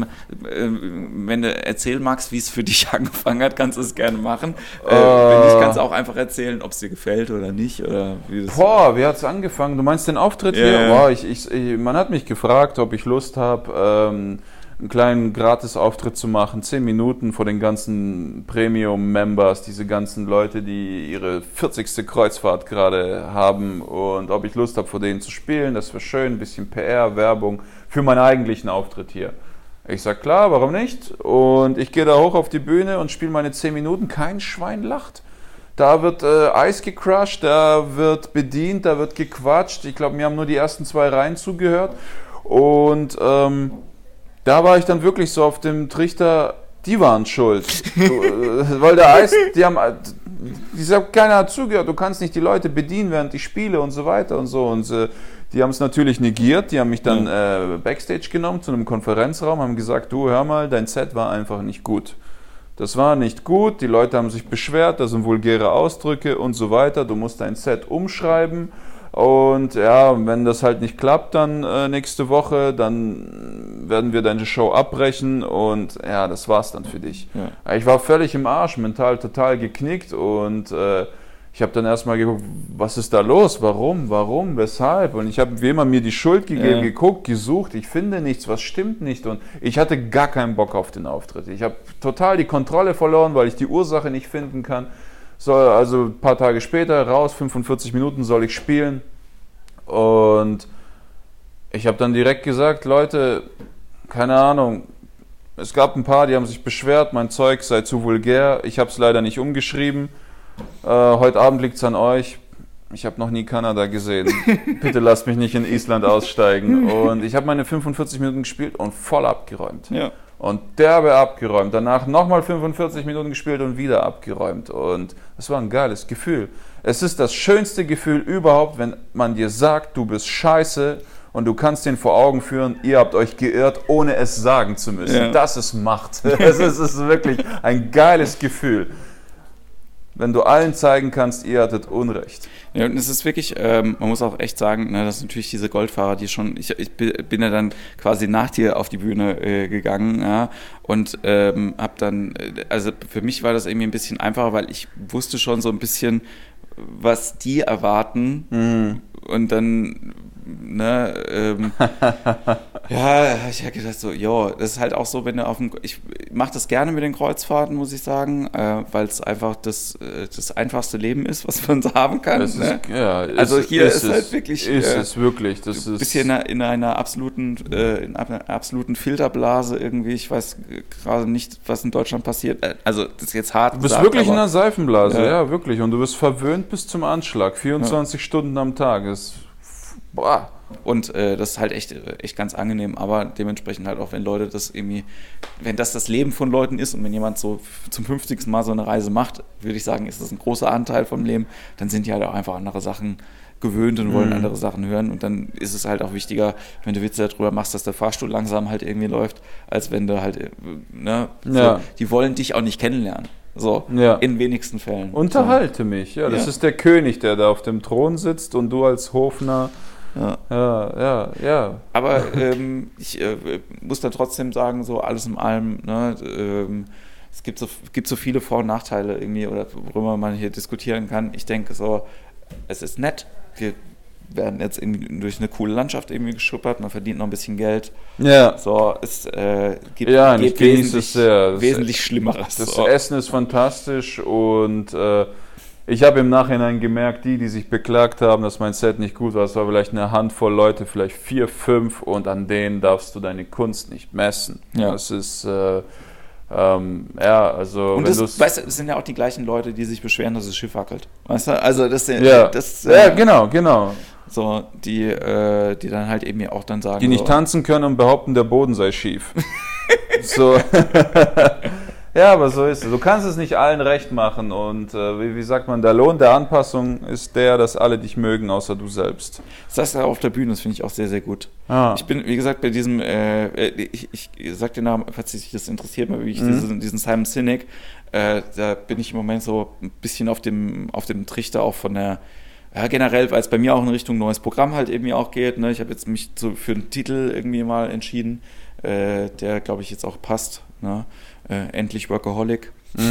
Wenn du erzählen magst, wie es für dich angefangen hat, kannst du es gerne machen. Wenn nicht, kannst du auch einfach erzählen, ob es dir gefällt oder nicht. Oder wie das wie hat es angefangen? Du meinst den Auftritt hier? Boah, man hat mich gefragt, ob ich Lust habe, einen kleinen Gratis-Auftritt zu machen, 10 Minuten vor den ganzen Premium-Members, diese ganzen Leute, die ihre 40. Kreuzfahrt gerade haben und ob ich Lust habe, vor denen zu spielen. Das wäre schön, ein bisschen PR, Werbung für meinen eigentlichen Auftritt hier. Ich sag klar, warum nicht? Und ich gehe da hoch auf die Bühne und spiele meine 10 Minuten. Kein Schwein lacht. Da wird Eis gecrushed, da wird bedient, da wird gequatscht. Ich glaube, mir haben nur die ersten 2 Reihen zugehört. Und da war ich dann wirklich so auf dem Trichter, die waren schuld. Weil der Eis, keiner hat zugehört, du kannst nicht die Leute bedienen, während ich spiele und so weiter und so. Und die haben es natürlich negiert, die haben mich dann Backstage genommen zu einem Konferenzraum, haben gesagt, du hör mal, dein Set war einfach nicht gut. Das war nicht gut, die Leute haben sich beschwert, da sind vulgäre Ausdrücke und so weiter, du musst dein Set umschreiben und ja, wenn das halt nicht klappt dann nächste Woche, dann werden wir deine Show abbrechen und ja, das war's dann für dich. Ja. Ich war völlig im Arsch, mental total geknickt und ich habe dann erstmal geguckt, was ist da los, warum, weshalb? Und ich habe wie immer mir die Schuld gegeben, geguckt, gesucht, ich finde nichts, was stimmt nicht. Und ich hatte gar keinen Bock auf den Auftritt. Ich habe total die Kontrolle verloren, weil ich die Ursache nicht finden kann. Also ein paar Tage später raus, 45 Minuten soll ich spielen. Und ich habe dann direkt gesagt, Leute, keine Ahnung, es gab ein paar, die haben sich beschwert, mein Zeug sei zu vulgär. Ich habe es leider nicht umgeschrieben. Heute Abend liegt es an euch. Ich habe noch nie Kanada gesehen. Bitte lasst mich nicht in Island aussteigen. Und ich habe meine 45 Minuten gespielt und voll abgeräumt. Ja. Und derbe abgeräumt. Danach nochmal 45 Minuten gespielt und wieder abgeräumt. Und es war ein geiles Gefühl. Es ist das schönste Gefühl überhaupt, wenn man dir sagt, du bist scheiße und du kannst den vor Augen führen, ihr habt euch geirrt, ohne es sagen zu müssen. Ja. Das ist Macht. Es ist wirklich ein geiles Gefühl. Wenn du allen zeigen kannst, ihr hattet Unrecht. Ja, und es ist wirklich, man muss auch echt sagen, dass natürlich diese Goldfahrer, die schon, ich bin ja dann quasi nach dir auf die Bühne gegangen, ja, und habe dann, also für mich war das irgendwie ein bisschen einfacher, weil ich wusste schon so ein bisschen, was die erwarten und dann, ja, ich habe gedacht so, das ist halt auch so, wenn du ich mache das gerne mit den Kreuzfahrten, muss ich sagen, weil es einfach das einfachste Leben ist, was man so haben kann. Also hier ist halt wirklich, es wirklich, das ist bisschen in einer absoluten Filterblase irgendwie. Ich weiß gerade nicht, was in Deutschland passiert. Also das ist jetzt hart. Du bist wirklich in einer Seifenblase, ja, wirklich. Und du wirst verwöhnt bis zum Anschlag, 24 Stunden am Tag. Und das ist halt echt ganz angenehm, aber dementsprechend halt auch, wenn Leute das irgendwie, wenn das Leben von Leuten ist und wenn jemand so zum 50. Mal so eine Reise macht, würde ich sagen, ist das ein großer Anteil vom Leben, dann sind die halt auch einfach andere Sachen gewöhnt und wollen andere Sachen hören und dann ist es halt auch wichtiger, wenn du Witze darüber machst, dass der Fahrstuhl langsam halt irgendwie läuft, als wenn du halt, ne, so, die wollen dich auch nicht kennenlernen. So, in wenigsten Fällen. Unterhalte mich, das ist der König, der da auf dem Thron sitzt und du als Hofner. Ja. Aber ich muss dann trotzdem sagen, so alles in allem, ne, es gibt so viele Vor- und Nachteile irgendwie, oder worüber man hier diskutieren kann. Ich denke so, es ist nett, wir werden jetzt irgendwie durch eine coole Landschaft irgendwie geschuppert, man verdient noch ein bisschen Geld. Ja. So, es gibt wesentlich Schlimmeres. Das Essen ist fantastisch und ich habe im Nachhinein gemerkt, die sich beklagt haben, dass mein Set nicht gut war, es war vielleicht eine Handvoll Leute, vielleicht 4, 5 und an denen darfst du deine Kunst nicht messen. Ja. Das ist, also... Und das, weißt du, es sind ja auch die gleichen Leute, die sich beschweren, dass das Schiff wackelt. Weißt du, also das genau. So, die dann halt eben auch dann sagen... Die nicht tanzen können und behaupten, der Boden sei schief. So... Ja, aber so ist es. Du kannst es nicht allen recht machen und wie sagt man, der Lohn der Anpassung ist der, dass alle dich mögen, außer du selbst. Das sagst du auf der Bühne, das finde ich auch sehr, sehr gut. Ich bin, wie gesagt, bei diesem, ich sag den Namen, falls dich das interessiert, mal wirklich diesen Simon Sinek, da bin ich im Moment so ein bisschen auf dem Trichter auch von der, generell, weil es bei mir auch in Richtung neues Programm halt irgendwie auch geht. Ne? Ich habe jetzt mich für einen Titel irgendwie mal entschieden, der, glaube ich, jetzt auch passt. Ne? Endlich Workaholic.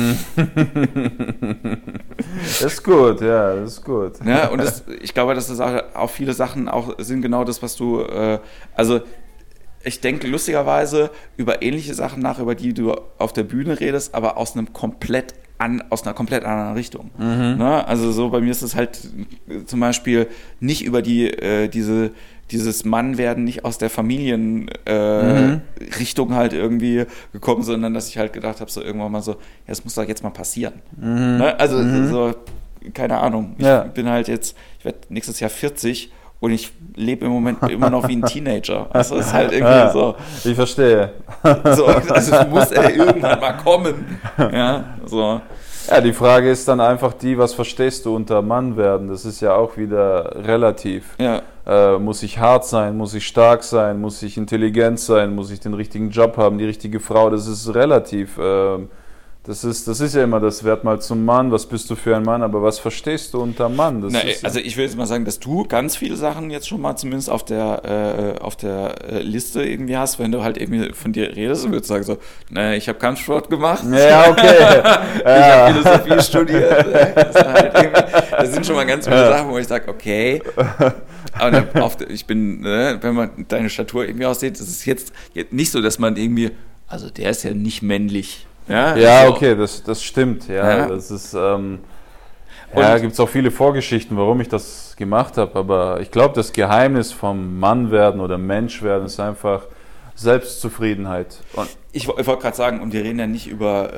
Das ist gut, das ist gut. Ja, und ich glaube, dass das auch viele Sachen auch sind genau das, was du, also ich denke lustigerweise über ähnliche Sachen nach, über die du auf der Bühne redest, aber aus einer komplett anderen Richtung. Ne? Also so bei mir ist es halt zum Beispiel nicht über dieses Mannwerden nicht aus der Familienrichtung halt irgendwie gekommen, sondern dass ich halt gedacht habe, so irgendwann mal so, das muss doch jetzt mal passieren. Ne? Also so, keine Ahnung. Ich bin halt jetzt, ich werde nächstes Jahr 40 und ich lebe im Moment immer noch wie ein Teenager. Also es ist halt irgendwie so. Ich verstehe. So, also es muss irgendwann mal kommen. Ja, so. Ja, die Frage ist dann einfach was verstehst du unter Mann werden? Das ist ja auch wieder relativ. Ja. Muss ich hart sein? Muss ich stark sein? Muss ich intelligent sein? Muss ich den richtigen Job haben? Die richtige Frau? Das ist relativ. Das ist ja immer das Wert mal zum Mann. Was bist du für ein Mann? Aber was verstehst du unter Mann? Also ich will jetzt mal sagen, dass du ganz viele Sachen jetzt schon mal zumindest auf der Liste irgendwie hast, wenn du halt irgendwie von dir redest und würdest sagen so, ich habe Kampfsport gemacht. Ja, okay. Ich habe Philosophie studiert. Das sind schon mal ganz viele Sachen, wo ich sage, okay. Aber ich bin, wenn man deine Statur irgendwie aussieht, das ist jetzt nicht so, dass man irgendwie, also der ist ja nicht männlich. Ja, okay, das stimmt. Ja, das ist, gibt es auch viele Vorgeschichten, warum ich das gemacht habe. Aber ich glaube, das Geheimnis vom Mannwerden oder Menschwerden ist einfach Selbstzufriedenheit. Und ich wollte gerade sagen, und wir reden ja nicht über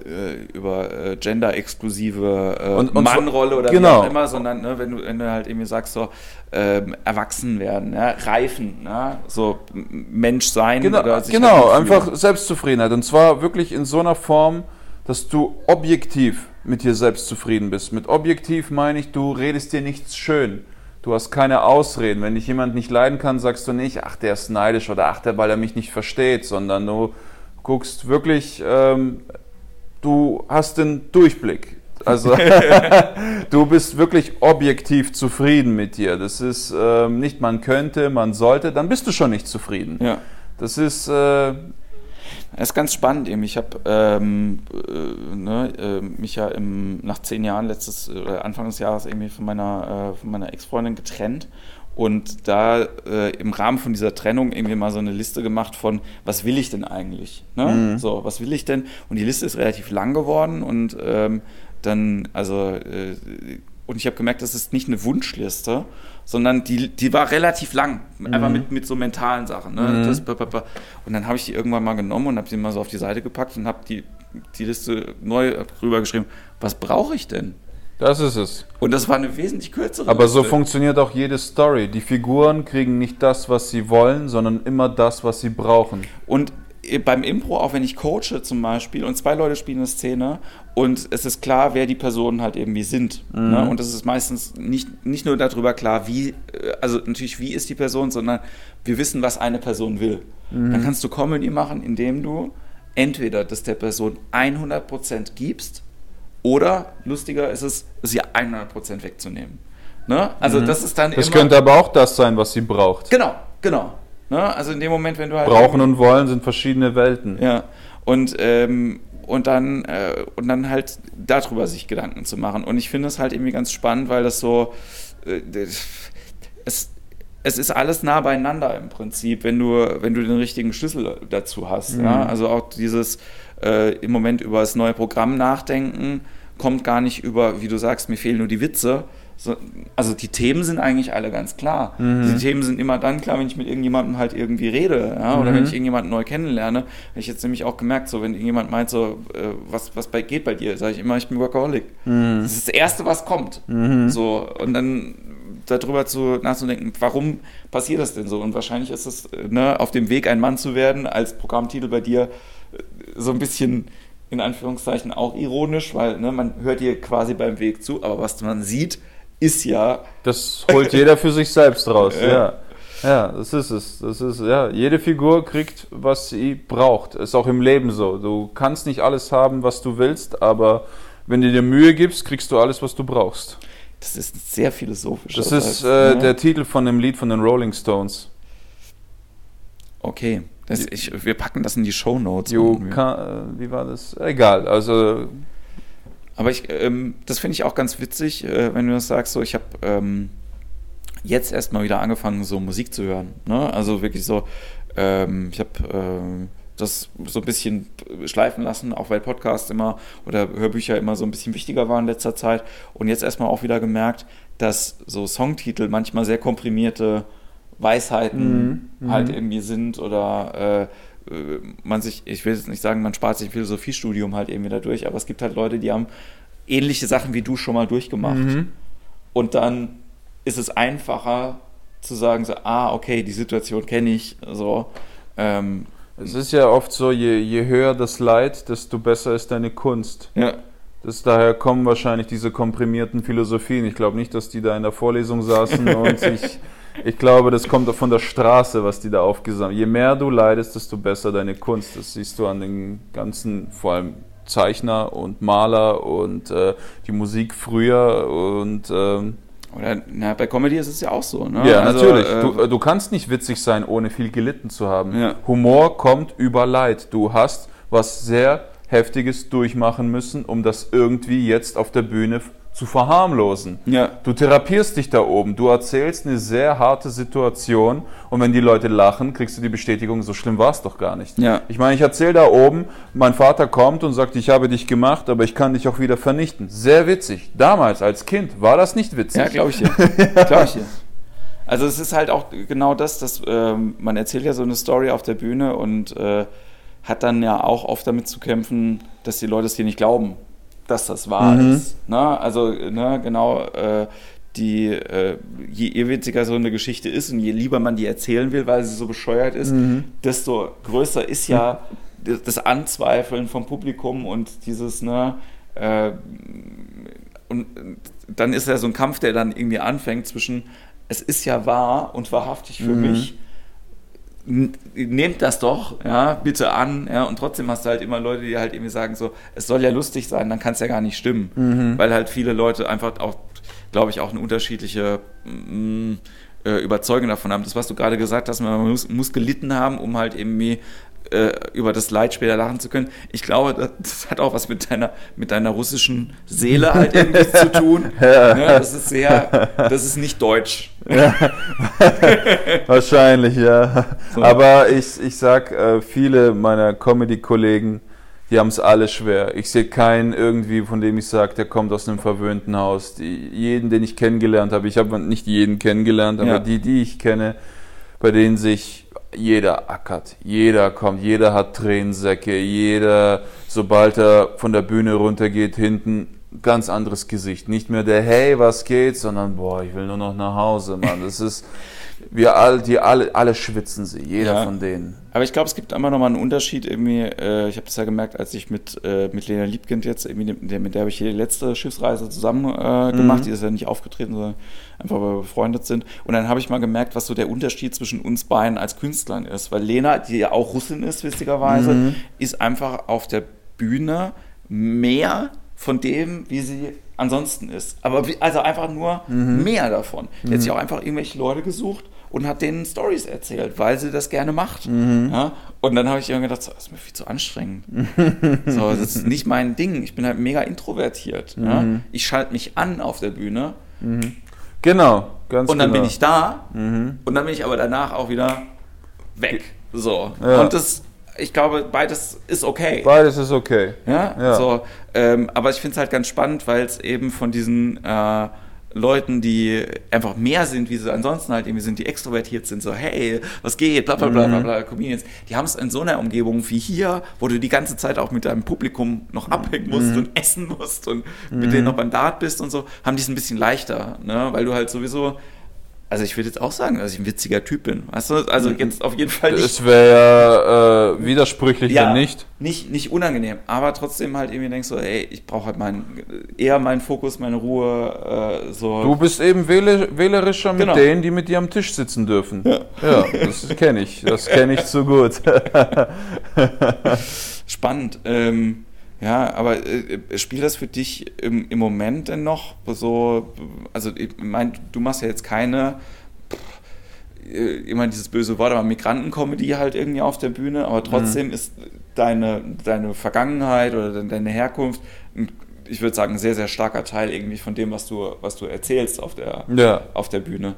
gender-exklusive Mannrolle oder wie auch immer, sondern wenn du halt irgendwie sagst, so erwachsen werden, reifen, so Mensch sein. Oder sich einfach Selbstzufriedenheit. Und zwar wirklich in so einer Form, dass du objektiv mit dir selbst zufrieden bist. Mit objektiv meine ich, du redest dir nichts schön. Du hast keine Ausreden. Wenn dich jemand nicht leiden kann, sagst du nicht, ach, der ist neidisch oder ach, weil er mich nicht versteht, sondern du guckst wirklich, du hast den Durchblick. Also du bist wirklich objektiv zufrieden mit dir. Das ist nicht man könnte, man sollte, dann bist du schon nicht zufrieden. Ja. Das ist... Das ist ganz spannend eben. Ich habe mich ja nach 10 Jahren Anfang des Jahres irgendwie von meiner Ex-Freundin getrennt und da im Rahmen von dieser Trennung irgendwie mal so eine Liste gemacht von, was will ich denn eigentlich? Ne? So, was will ich denn? Und die Liste ist relativ lang geworden und und ich habe gemerkt, das ist nicht eine Wunschliste, sondern die war relativ lang, einfach mit so mentalen Sachen. Ne? Und dann habe ich die irgendwann mal genommen und habe sie mal so auf die Seite gepackt und habe die Liste neu rübergeschrieben. Was brauche ich denn? Das ist es. Und das war eine wesentlich kürzere Aber so Liste. funktioniert auch jede Story. Die Figuren kriegen nicht das, was sie wollen, sondern immer das, was sie brauchen. Und beim Impro, auch wenn ich coache zum Beispiel und 2 Leute spielen eine Szene und es ist klar, wer die Personen halt irgendwie sind. Ne? Und es ist meistens nicht nur darüber klar, wie, also natürlich wie ist die Person, sondern wir wissen, was eine Person will. Dann kannst du Comedy machen, indem du entweder das der Person 100% gibst oder, lustiger ist es, sie 100% wegzunehmen. Ne? Also das ist dann Das immer... könnte aber auch das sein, was sie braucht. Genau. Ne? Also in dem Moment, wenn du halt... Brauchen und wollen sind verschiedene Welten. Ja, und dann halt darüber sich Gedanken zu machen. Und ich finde es halt irgendwie ganz spannend, weil das so... Es ist alles nah beieinander im Prinzip, wenn du den richtigen Schlüssel dazu hast. Ja? Also auch dieses im Moment über das neue Programm nachdenken, kommt gar nicht über, wie du sagst, mir fehlen nur die Witze. Also die Themen sind eigentlich alle ganz klar. Die Themen sind immer dann klar, wenn ich mit irgendjemandem halt irgendwie rede, ja? Oder wenn ich irgendjemanden neu kennenlerne. Habe ich jetzt nämlich auch gemerkt, so wenn irgendjemand meint, so was geht bei dir, sage ich immer, ich bin Workaholic. Das ist das Erste, was kommt. So, und dann darüber nachzudenken, warum passiert das denn so? Und wahrscheinlich ist es auf dem Weg, ein Mann zu werden, als Programmtitel bei dir so ein bisschen in Anführungszeichen auch ironisch, weil man hört dir quasi beim Weg zu, aber was man sieht, ist ja... Das holt jeder für sich selbst raus, ja. Ja, das ist es. Jede Figur kriegt, was sie braucht. Ist auch im Leben so. Du kannst nicht alles haben, was du willst, aber wenn du dir Mühe gibst, kriegst du alles, was du brauchst. Das ist sehr philosophisch. Das ist der Titel von dem Lied von den Rolling Stones. Okay, wir packen das in die Shownotes. Wie war das? Egal, also... Aber das finde ich auch ganz witzig, wenn du das sagst, so ich habe jetzt erst mal wieder angefangen, so Musik zu hören. Ne? Also wirklich so, ich habe das so ein bisschen schleifen lassen, auch weil Podcasts immer oder Hörbücher immer so ein bisschen wichtiger waren in letzter Zeit. Und jetzt erstmal auch wieder gemerkt, dass so Songtitel manchmal sehr komprimierte Weisheiten halt irgendwie sind oder ich will jetzt nicht sagen, man spart sich ein Philosophiestudium halt irgendwie dadurch, aber es gibt halt Leute, die haben ähnliche Sachen wie du schon mal durchgemacht. Und dann ist es einfacher zu sagen, so, okay, die Situation kenne ich, so. Es ist ja oft so, je höher das Leid, desto besser ist deine Kunst. Ja. Daher kommen wahrscheinlich diese komprimierten Philosophien. Ich glaube nicht, dass die da in der Vorlesung saßen und ich glaube, das kommt auch von der Straße, was die da aufgesammelt haben. Je mehr du leidest, desto besser deine Kunst. Das siehst du an den ganzen, vor allem Zeichner und Maler und die Musik früher und... bei Comedy ist es ja auch so. Ne? Ja, also, natürlich. Du kannst nicht witzig sein, ohne viel gelitten zu haben. Ja. Humor kommt über Leid. Du hast was sehr Heftiges durchmachen müssen, um das irgendwie jetzt auf der Bühne zu verharmlosen. Ja. Du therapierst dich da oben, du erzählst eine sehr harte Situation und wenn die Leute lachen, kriegst du die Bestätigung, so schlimm war es doch gar nicht. Ja. Ich meine, ich erzähle da oben, mein Vater kommt und sagt, ich habe dich gemacht, aber ich kann dich auch wieder vernichten. Sehr witzig. Damals als Kind war das nicht witzig. Ja, glaube ich dir. Also es ist halt auch genau das, man erzählt ja so eine Story auf der Bühne und hat dann ja auch oft damit zu kämpfen, dass die Leute es dir nicht glauben, dass das wahr ist. Ne? Also genau, je witziger so eine Geschichte ist und je lieber man die erzählen will, weil sie so bescheuert ist, desto größer ist ja das Anzweifeln vom Publikum und dieses, und dann ist ja so ein Kampf, der dann irgendwie anfängt zwischen, es ist ja wahr und wahrhaftig für mich, nehmt das doch, ja, bitte an, ja, und trotzdem hast du halt immer Leute, die halt irgendwie sagen so, es soll ja lustig sein, dann kann es ja gar nicht stimmen, weil halt viele Leute einfach auch, glaube ich, auch eine unterschiedliche Überzeugung davon haben. Das, was du gerade gesagt hast, man muss gelitten haben, um halt irgendwie über das Leid später lachen zu können. Ich glaube, das hat auch was mit deiner russischen Seele halt irgendwie zu tun. Ja. Ne, das ist nicht deutsch. Ja. Wahrscheinlich, ja. So. Aber ich sag, viele meiner Comedy-Kollegen, die haben es alle schwer. Ich sehe keinen irgendwie, von dem ich sage, der kommt aus einem verwöhnten Haus. Jeden, den ich kennengelernt habe, ich habe nicht jeden kennengelernt, aber die ich kenne, bei denen sich jeder ackert, jeder kommt, jeder hat Tränensäcke, jeder, sobald er von der Bühne runtergeht, hinten ganz anderes Gesicht. Nicht mehr der Hey, was geht, sondern boah, ich will nur noch nach Hause, Mann. Das ist, alle schwitzen sie, jeder von denen. Aber ich glaube, es gibt immer noch mal einen Unterschied irgendwie. Ich habe das ja gemerkt, als ich mit Lena Liebkind jetzt irgendwie, mit der habe ich hier die letzte Schiffsreise zusammen gemacht. Die ist ja nicht aufgetreten, sondern einfach, weil wir befreundet sind. Und dann habe ich mal gemerkt, was so der Unterschied zwischen uns beiden als Künstlern ist. Weil Lena, die ja auch Russin ist, witzigerweise, ist einfach auf der Bühne mehr von dem, wie sie ansonsten ist. Aber also einfach nur mehr davon. Die hat sich auch einfach irgendwelche Leute gesucht und hat denen Storys erzählt, weil sie das gerne macht. Ja? Und dann habe ich irgendwie gedacht, das ist mir viel zu anstrengend. So, das ist nicht mein Ding. Ich bin halt mega introvertiert. Ja? Ich schalte mich an auf der Bühne. Genau, ganz genau. Und dann bin ich da und dann bin ich aber danach auch wieder weg. So. Ja. Und ich glaube, beides ist okay. Beides ist okay. Ja. So, aber ich finde es halt ganz spannend, weil es eben von diesen Leuten, die einfach mehr sind, wie sie ansonsten halt irgendwie sind, die extrovertiert sind, so hey, was geht, bla bla bla bla bla, Comedians, die haben es in so einer Umgebung wie hier, wo du die ganze Zeit auch mit deinem Publikum noch abhängen musst und essen musst und mit denen noch beim Dart bist und so, haben die es ein bisschen leichter, ne? Weil du halt sowieso, also ich würde jetzt auch sagen, dass ich ein witziger Typ bin, weißt du, also jetzt auf jeden Fall nicht. Es wäre ja widersprüchlich, wenn nicht. Nicht unangenehm, aber trotzdem halt irgendwie denkst du, ey, ich brauche halt eher meinen Fokus, meine Ruhe, so. Du bist eben wählerischer mit denen, die mit dir am Tisch sitzen dürfen. Ja, das kenne ich zu gut. Spannend, ja, aber spielt das für dich im Moment denn noch so, also ich meine, du machst ja jetzt keine, immer dieses böse Wort, aber Migranten-Comedy halt irgendwie auf der Bühne, aber trotzdem ist deine Vergangenheit oder deine Herkunft, ich würde sagen, ein sehr, sehr starker Teil irgendwie von dem, was du erzählst auf der Bühne.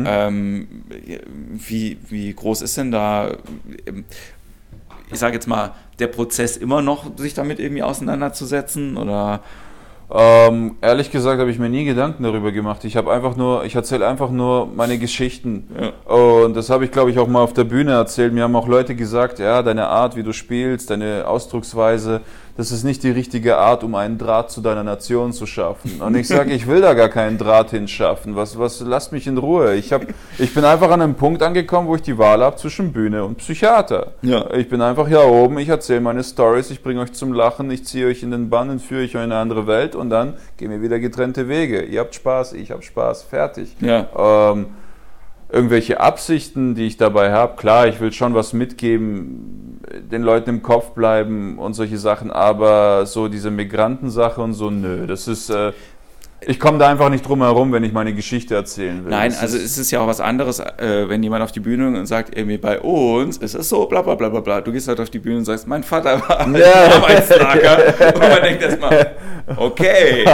Wie groß ist denn da, ich sage jetzt mal, der Prozess immer noch, sich damit irgendwie auseinanderzusetzen, oder? Ehrlich gesagt habe ich mir nie Gedanken darüber gemacht. Ich erzähle einfach nur meine Geschichten. Ja. Und das habe ich, glaube ich, auch mal auf der Bühne erzählt. Mir haben auch Leute gesagt, ja, deine Art, wie du spielst, deine Ausdrucksweise, das ist nicht die richtige Art, um einen Draht zu deiner Nation zu schaffen. Und ich sage, ich will da gar keinen Draht hinschaffen. Lasst mich in Ruhe. Ich bin einfach an einem Punkt angekommen, wo ich die Wahl habe zwischen Bühne und Psychiater. Ja. Ich bin einfach hier oben, ich erzähle meine Storys, ich bringe euch zum Lachen, ich ziehe euch in den Bann und führe euch in eine andere Welt und dann gehen wir wieder getrennte Wege. Ihr habt Spaß, ich habe Spaß, fertig. Ja. Irgendwelche Absichten, die ich dabei habe, klar, ich will schon was mitgeben, den Leuten im Kopf bleiben und solche Sachen, aber so diese Migrantensache und so, nö, das ist, ich komme da einfach nicht drum herum, wenn ich meine Geschichte erzählen will. Nein, also es ist ja auch was anderes, wenn jemand auf die Bühne und sagt, irgendwie bei uns ist es so, bla bla bla bla bla. Du gehst halt auf die Bühne und sagst, mein Vater war im Arbeitslager. Und man denkt erstmal, okay.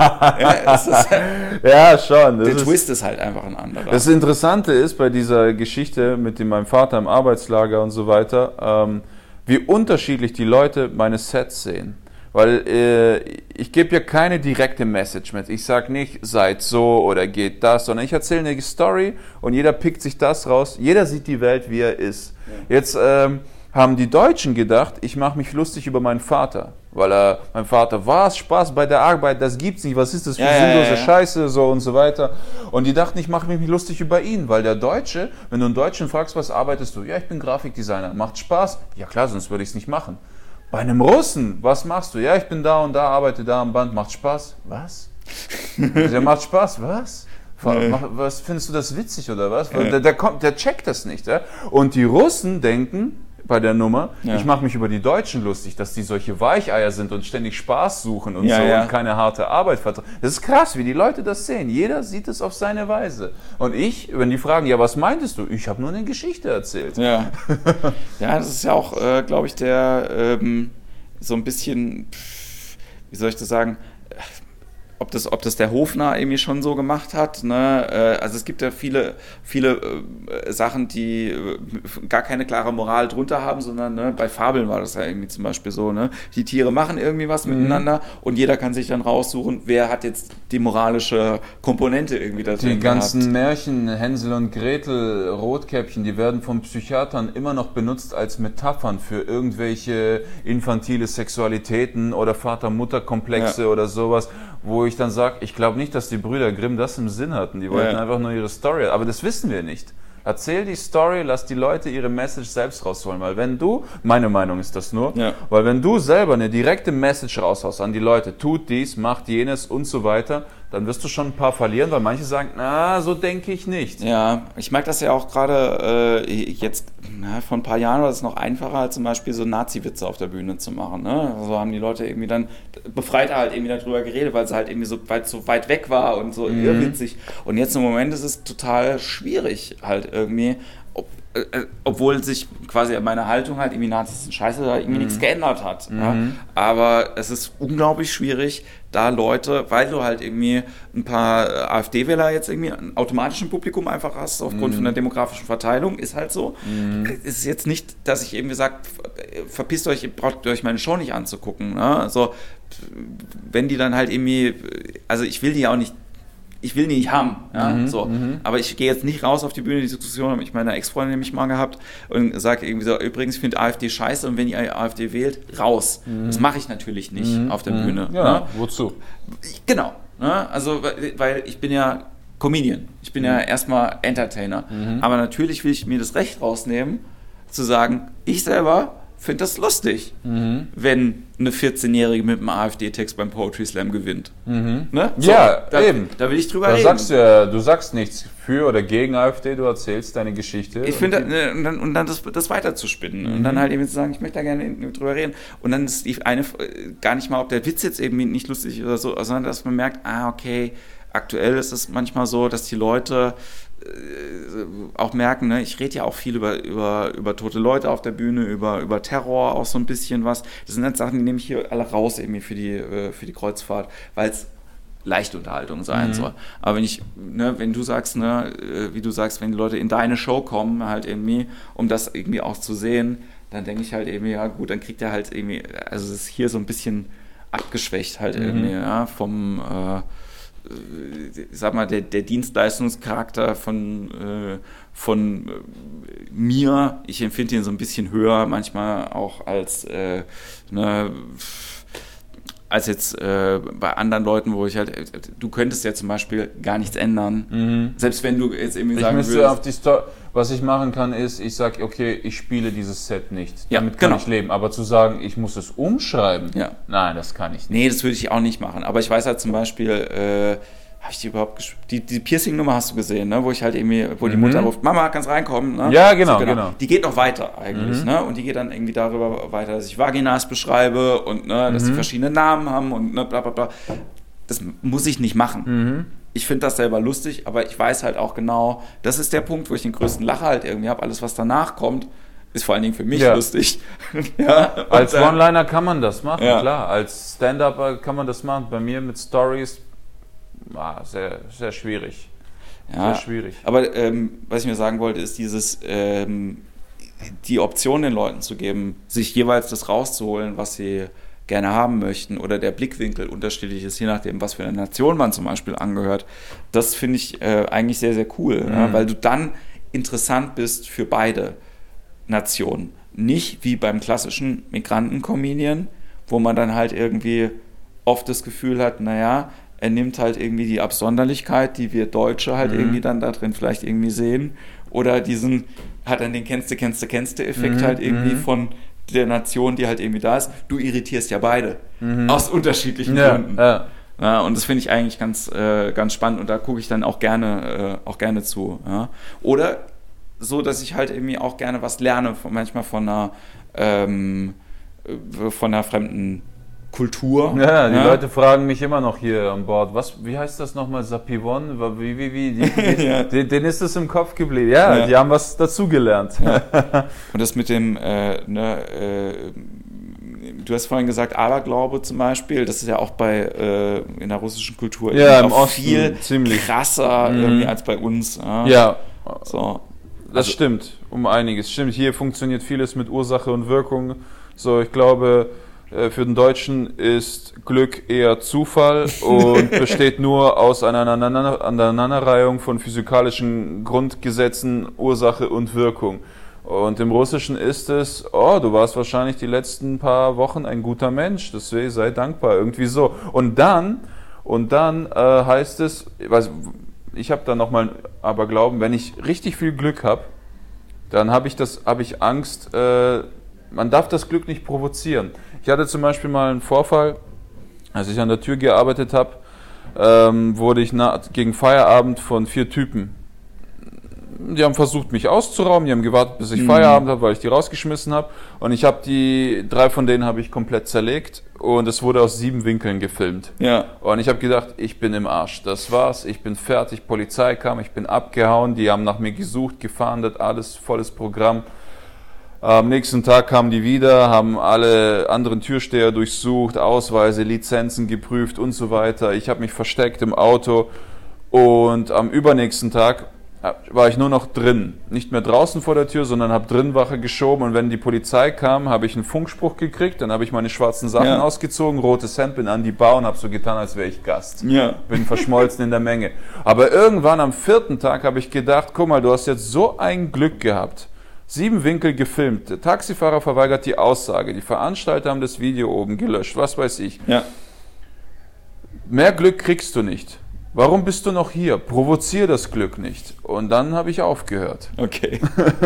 Ja, schon. Der Twist ist halt einfach ein anderer. Das Interessante ist bei dieser Geschichte mit meinem Vater im Arbeitslager und so weiter, wie unterschiedlich die Leute meine Sets sehen. Weil ich gebe ja keine direkte Message mit. Ich sage nicht, seid so oder geht das, sondern ich erzähle eine Story und jeder pickt sich das raus. Jeder sieht die Welt, wie er ist. Ja. Jetzt haben die Deutschen gedacht, ich mache mich lustig über meinen Vater. Weil mein Vater, was, Spaß bei der Arbeit, das gibt's nicht, was ist das für sinnlose Scheiße, so und so weiter. Und die dachten, ich mache mich lustig über ihn, weil der Deutsche, wenn du einen Deutschen fragst, was arbeitest du? Ja, ich bin Grafikdesigner. Macht Spaß? Ja klar, sonst würde ich es nicht machen. Bei einem Russen, was machst du? Ja, ich bin da und da, arbeite da am Band. Macht Spaß? Was? Der macht Spaß? Was? Was findest du das witzig oder was? Der checkt das nicht. Ja? Und die Russen denken bei der Nummer, ich mache mich über die Deutschen lustig, dass die solche Weicheier sind und ständig Spaß suchen und und keine harte Arbeit vertragen. Das ist krass, wie die Leute das sehen. Jeder sieht es auf seine Weise. Und wenn die fragen, ja, was meintest du? Ich habe nur eine Geschichte erzählt. Ja, das ist ja auch, glaube ich, der so ein bisschen, wie soll ich das sagen, ob das der Hofner irgendwie schon so gemacht hat, ne? Also es gibt ja viele Sachen, die gar keine klare Moral drunter haben, sondern ne, bei Fabeln war das ja irgendwie zum Beispiel so, ne? Die Tiere machen irgendwie was miteinander und jeder kann sich dann raussuchen, wer hat jetzt die moralische Komponente irgendwie da drin. Die ganzen Märchen, Hänsel und Gretel, Rotkäppchen, die werden von Psychiatern immer noch benutzt als Metaphern für irgendwelche infantile Sexualitäten oder Vater-Mutter-Komplexe oder sowas. wo ich dann sage, ich glaube nicht, dass die Brüder Grimm das im Sinn hatten. Die wollten einfach nur ihre Story, aber das wissen wir nicht. Erzähl die Story, lass die Leute ihre Message selbst rausholen, weil wenn du, meine Meinung ist das nur, weil wenn du selber eine direkte Message raushaust an die Leute, tut dies, macht jenes und so weiter, dann wirst du schon ein paar verlieren, weil manche sagen, na, so denke ich nicht. Ja, ich merke das ja auch gerade jetzt, vor ein paar Jahren war es noch einfacher, zum Beispiel so Nazi-Witze auf der Bühne zu machen. Ne? Also haben die Leute irgendwie dann befreiter halt irgendwie darüber geredet, weil es halt irgendwie so weit weg war und so irrwitzig. Und jetzt im Moment ist es total schwierig halt irgendwie, obwohl sich quasi meine Haltung halt irgendwie Nazis sind scheiße, da irgendwie nichts geändert hat. Ja? Aber es ist unglaublich schwierig, da Leute, weil du halt irgendwie ein paar AfD-Wähler jetzt irgendwie automatisch im Publikum einfach hast, aufgrund von der demografischen Verteilung, ist halt so. Es ist jetzt nicht, dass ich irgendwie sage, verpisst euch, ihr braucht euch meine Show nicht anzugucken. Ne? Also, wenn die dann halt irgendwie, also ich will die nicht haben, ja, aber ich gehe jetzt nicht raus auf die Bühne, die Diskussion habe ich meiner Ex-Freundin nämlich mal gehabt und sage irgendwie so, übrigens, ich finde AfD scheiße und wenn ihr AfD wählt, raus. Das mache ich natürlich nicht auf der Bühne. Ja, ne? Wozu? Genau, ne? Also, weil ich bin ja Comedian, ich bin ja erstmal Entertainer, aber natürlich will ich mir das Recht rausnehmen, zu sagen, ich selber finde das lustig, wenn eine 14-Jährige mit einem AfD-Text beim Poetry Slam gewinnt. Ne? So, ja, eben. Da will ich drüber reden. Du sagst nichts für oder gegen AfD, du erzählst deine Geschichte. Ich finde, und dann das weiterzuspinnen und dann halt eben zu sagen, ich möchte da gerne drüber reden. Und dann ist die eine gar nicht mal, ob der Witz jetzt eben nicht lustig ist oder so, sondern dass man merkt, okay, aktuell ist es manchmal so, dass die Leute auch merken, ne, ich rede ja auch viel über tote Leute auf der Bühne, über Terror auch so ein bisschen was. Das sind halt Sachen, die nehme ich hier alle raus irgendwie für die Kreuzfahrt, weil es leichte Unterhaltung sein soll. Aber wenn du sagst, ne, wie du sagst, wenn die Leute in deine Show kommen, halt irgendwie, um das irgendwie auch zu sehen, dann denke ich halt irgendwie, ja gut, dann kriegt er halt irgendwie, also es ist hier so ein bisschen abgeschwächt halt irgendwie, ja, vom sag mal, der Dienstleistungscharakter von mir, ich empfinde ihn so ein bisschen höher, manchmal auch als jetzt bei anderen Leuten, wo ich halt, du könntest ja zum Beispiel gar nichts ändern, selbst wenn du jetzt irgendwie sagen würdest. Was ich machen kann, ist, ich sage, okay, ich spiele dieses Set nicht. Damit kann ich leben. Aber zu sagen, ich muss es umschreiben, nein, das kann ich nicht. Nee, das würde ich auch nicht machen. Aber ich weiß halt zum Beispiel, habe ich die überhaupt die Piercing-Nummer hast du gesehen, ne? Wo ich halt irgendwie, wo die Mutter ruft, Mama, kannst reinkommen. Ne? Ja, genau. Die geht noch weiter eigentlich, ne? Und die geht dann irgendwie darüber weiter, dass ich Vaginas beschreibe und ne, dass sie verschiedene Namen haben und ne, bla bla bla. Das muss ich nicht machen. Ich finde das selber lustig, aber ich weiß halt auch genau, das ist der Punkt, wo ich den größten Lacher halt irgendwie habe. Alles, was danach kommt, ist vor allen Dingen für mich lustig. Als One-Liner kann man das machen, klar. Als Stand-Upper kann man das machen. Bei mir mit Stories sehr, sehr schwierig. Ja, sehr schwierig. Aber was ich mir sagen wollte, ist dieses die Option den Leuten zu geben, sich jeweils das rauszuholen, was sie gerne haben möchten oder der Blickwinkel unterschiedlich ist, je nachdem, was für eine Nation man zum Beispiel angehört. Das finde ich eigentlich sehr, sehr cool, weil du dann interessant bist für beide Nationen. Nicht wie beim klassischen Migranten-Comedian, wo man dann halt irgendwie oft das Gefühl hat, naja, er nimmt halt irgendwie die Absonderlichkeit, die wir Deutsche halt irgendwie dann da drin vielleicht irgendwie sehen, oder hat dann den Kennste-Effekt halt irgendwie von der Nation, die halt irgendwie da ist. Du irritierst ja beide. Aus unterschiedlichen Gründen. Ja, und das finde ich eigentlich ganz spannend und da gucke ich dann auch gerne zu. Ja. Oder so, dass ich halt irgendwie auch gerne was lerne, manchmal von einer fremden Kultur. Ja, die Leute fragen mich immer noch hier an Bord, wie heißt das nochmal, Sapivon? Denen ist es im Kopf geblieben. Ja, die haben was dazugelernt. Ja. Und das mit dem, du hast vorhin gesagt, Aberglaube zum Beispiel, das ist ja auch in der russischen Kultur im auch Osten viel krasser irgendwie als bei uns. Ja, so. Das stimmt, um einiges. Stimmt, hier funktioniert vieles mit Ursache und Wirkung. So, ich glaube, für den Deutschen ist Glück eher Zufall und besteht nur aus einer Aneinanderreihung von physikalischen Grundgesetzen, Ursache und Wirkung. Und im Russischen ist es, du warst wahrscheinlich die letzten paar Wochen ein guter Mensch, deswegen sei dankbar, irgendwie so. Und dann, Und dann heißt es, ich habe dann nochmal aber Glauben, wenn ich richtig viel Glück habe, dann habe ich Angst, man darf das Glück nicht provozieren. Ich hatte zum Beispiel mal einen Vorfall, als ich an der Tür gearbeitet habe, wurde ich gegen Feierabend von 4 Typen. Die haben versucht, mich auszurauben, die haben gewartet, bis ich Feierabend habe, weil ich die rausgeschmissen habe. Und ich habe 3 von denen habe ich komplett zerlegt und es wurde aus 7 Winkeln gefilmt. Ja. Und ich habe gedacht, ich bin im Arsch. Das war's, ich bin fertig, Polizei kam, ich bin abgehauen, die haben nach mir gesucht, gefahndet, alles volles Programm. Am nächsten Tag kamen die wieder, haben alle anderen Türsteher durchsucht, Ausweise, Lizenzen geprüft und so weiter. Ich habe mich versteckt im Auto und am übernächsten Tag war ich nur noch drin. Nicht mehr draußen vor der Tür, sondern habe drin Wache geschoben und wenn die Polizei kam, habe ich einen Funkspruch gekriegt, dann habe ich meine schwarzen Sachen ausgezogen, rotes Hemd, bin an die Bar und habe so getan, als wäre ich Gast. Ja. Bin verschmolzen in der Menge. Aber irgendwann am 4. Tag habe ich gedacht, guck mal, du hast jetzt so ein Glück gehabt. 7 Winkel gefilmt, der Taxifahrer verweigert die Aussage, die Veranstalter haben das Video oben gelöscht, was weiß ich. Ja. Mehr Glück kriegst du nicht. Warum bist du noch hier? Provozier das Glück nicht. Und dann habe ich aufgehört. Okay.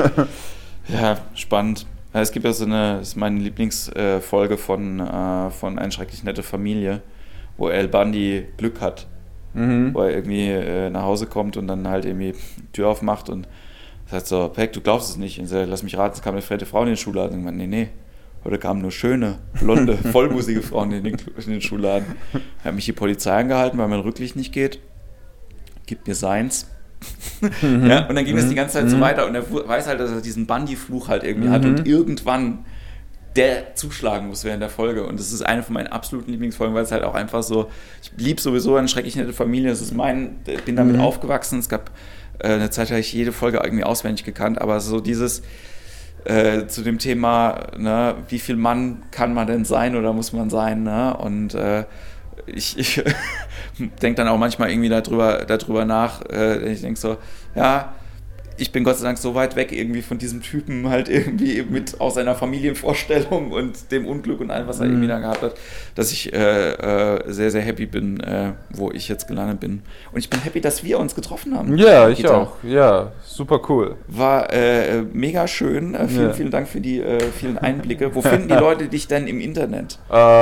Ja, spannend. Es gibt ja das ist meine Lieblingsfolge von Eine schrecklich nette Familie, wo El Bundy Glück hat. Wo er irgendwie nach Hause kommt und dann halt irgendwie die Tür aufmacht und sagt so, Peck, du glaubst es nicht. Und so, lass mich raten, es kam eine fette Frau in den Schuhladen. Und ich meine, nee. Heute kamen nur schöne, blonde, vollbusige Frauen in den Schuhladen. Er hat mich die Polizei angehalten, weil mein Rücklicht nicht geht. Gib mir seins. Ja, und dann ging es die ganze Zeit so weiter. Und er weiß halt, dass er diesen Bundy-Fluch halt irgendwie hat. Und irgendwann der zuschlagen muss während der Folge. Und das ist eine von meinen absoluten Lieblingsfolgen, weil es halt auch einfach so, ich liebe sowieso Eine schrecklich nette Familie. Das ist ich bin damit aufgewachsen. Es gab eine Zeit, da habe ich jede Folge irgendwie auswendig gekannt. Aber so dieses zu dem Thema, ne, wie viel Mann kann man denn sein oder muss man sein, ne? Und ich denke dann auch manchmal irgendwie darüber nach, ich denke so, ja, ich bin Gott sei Dank so weit weg irgendwie von diesem Typen halt irgendwie mit aus seiner Familienvorstellung und dem Unglück und allem, was er irgendwie da gehabt hat, dass ich sehr, sehr happy bin, wo ich jetzt gelandet bin. Und ich bin happy, dass wir uns getroffen haben. Ja, ich auch. Ja, super cool. War mega schön. Vielen Dank für die vielen Einblicke. Wo finden die Leute dich denn im Internet?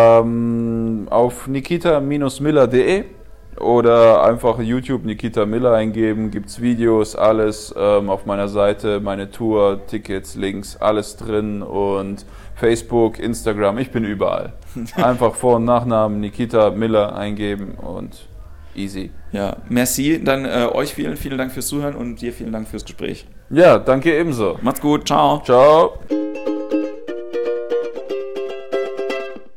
Auf nikita-miller.de oder einfach YouTube Nikita Miller eingeben, gibt's Videos, alles auf meiner Seite, meine Tour, Tickets, Links, alles drin und Facebook, Instagram, ich bin überall. Einfach Vor- und Nachnamen Nikita Miller eingeben und easy. Ja, merci, dann euch vielen Dank fürs Zuhören und dir vielen Dank fürs Gespräch. Ja, danke ebenso. Macht's gut, ciao. Ciao.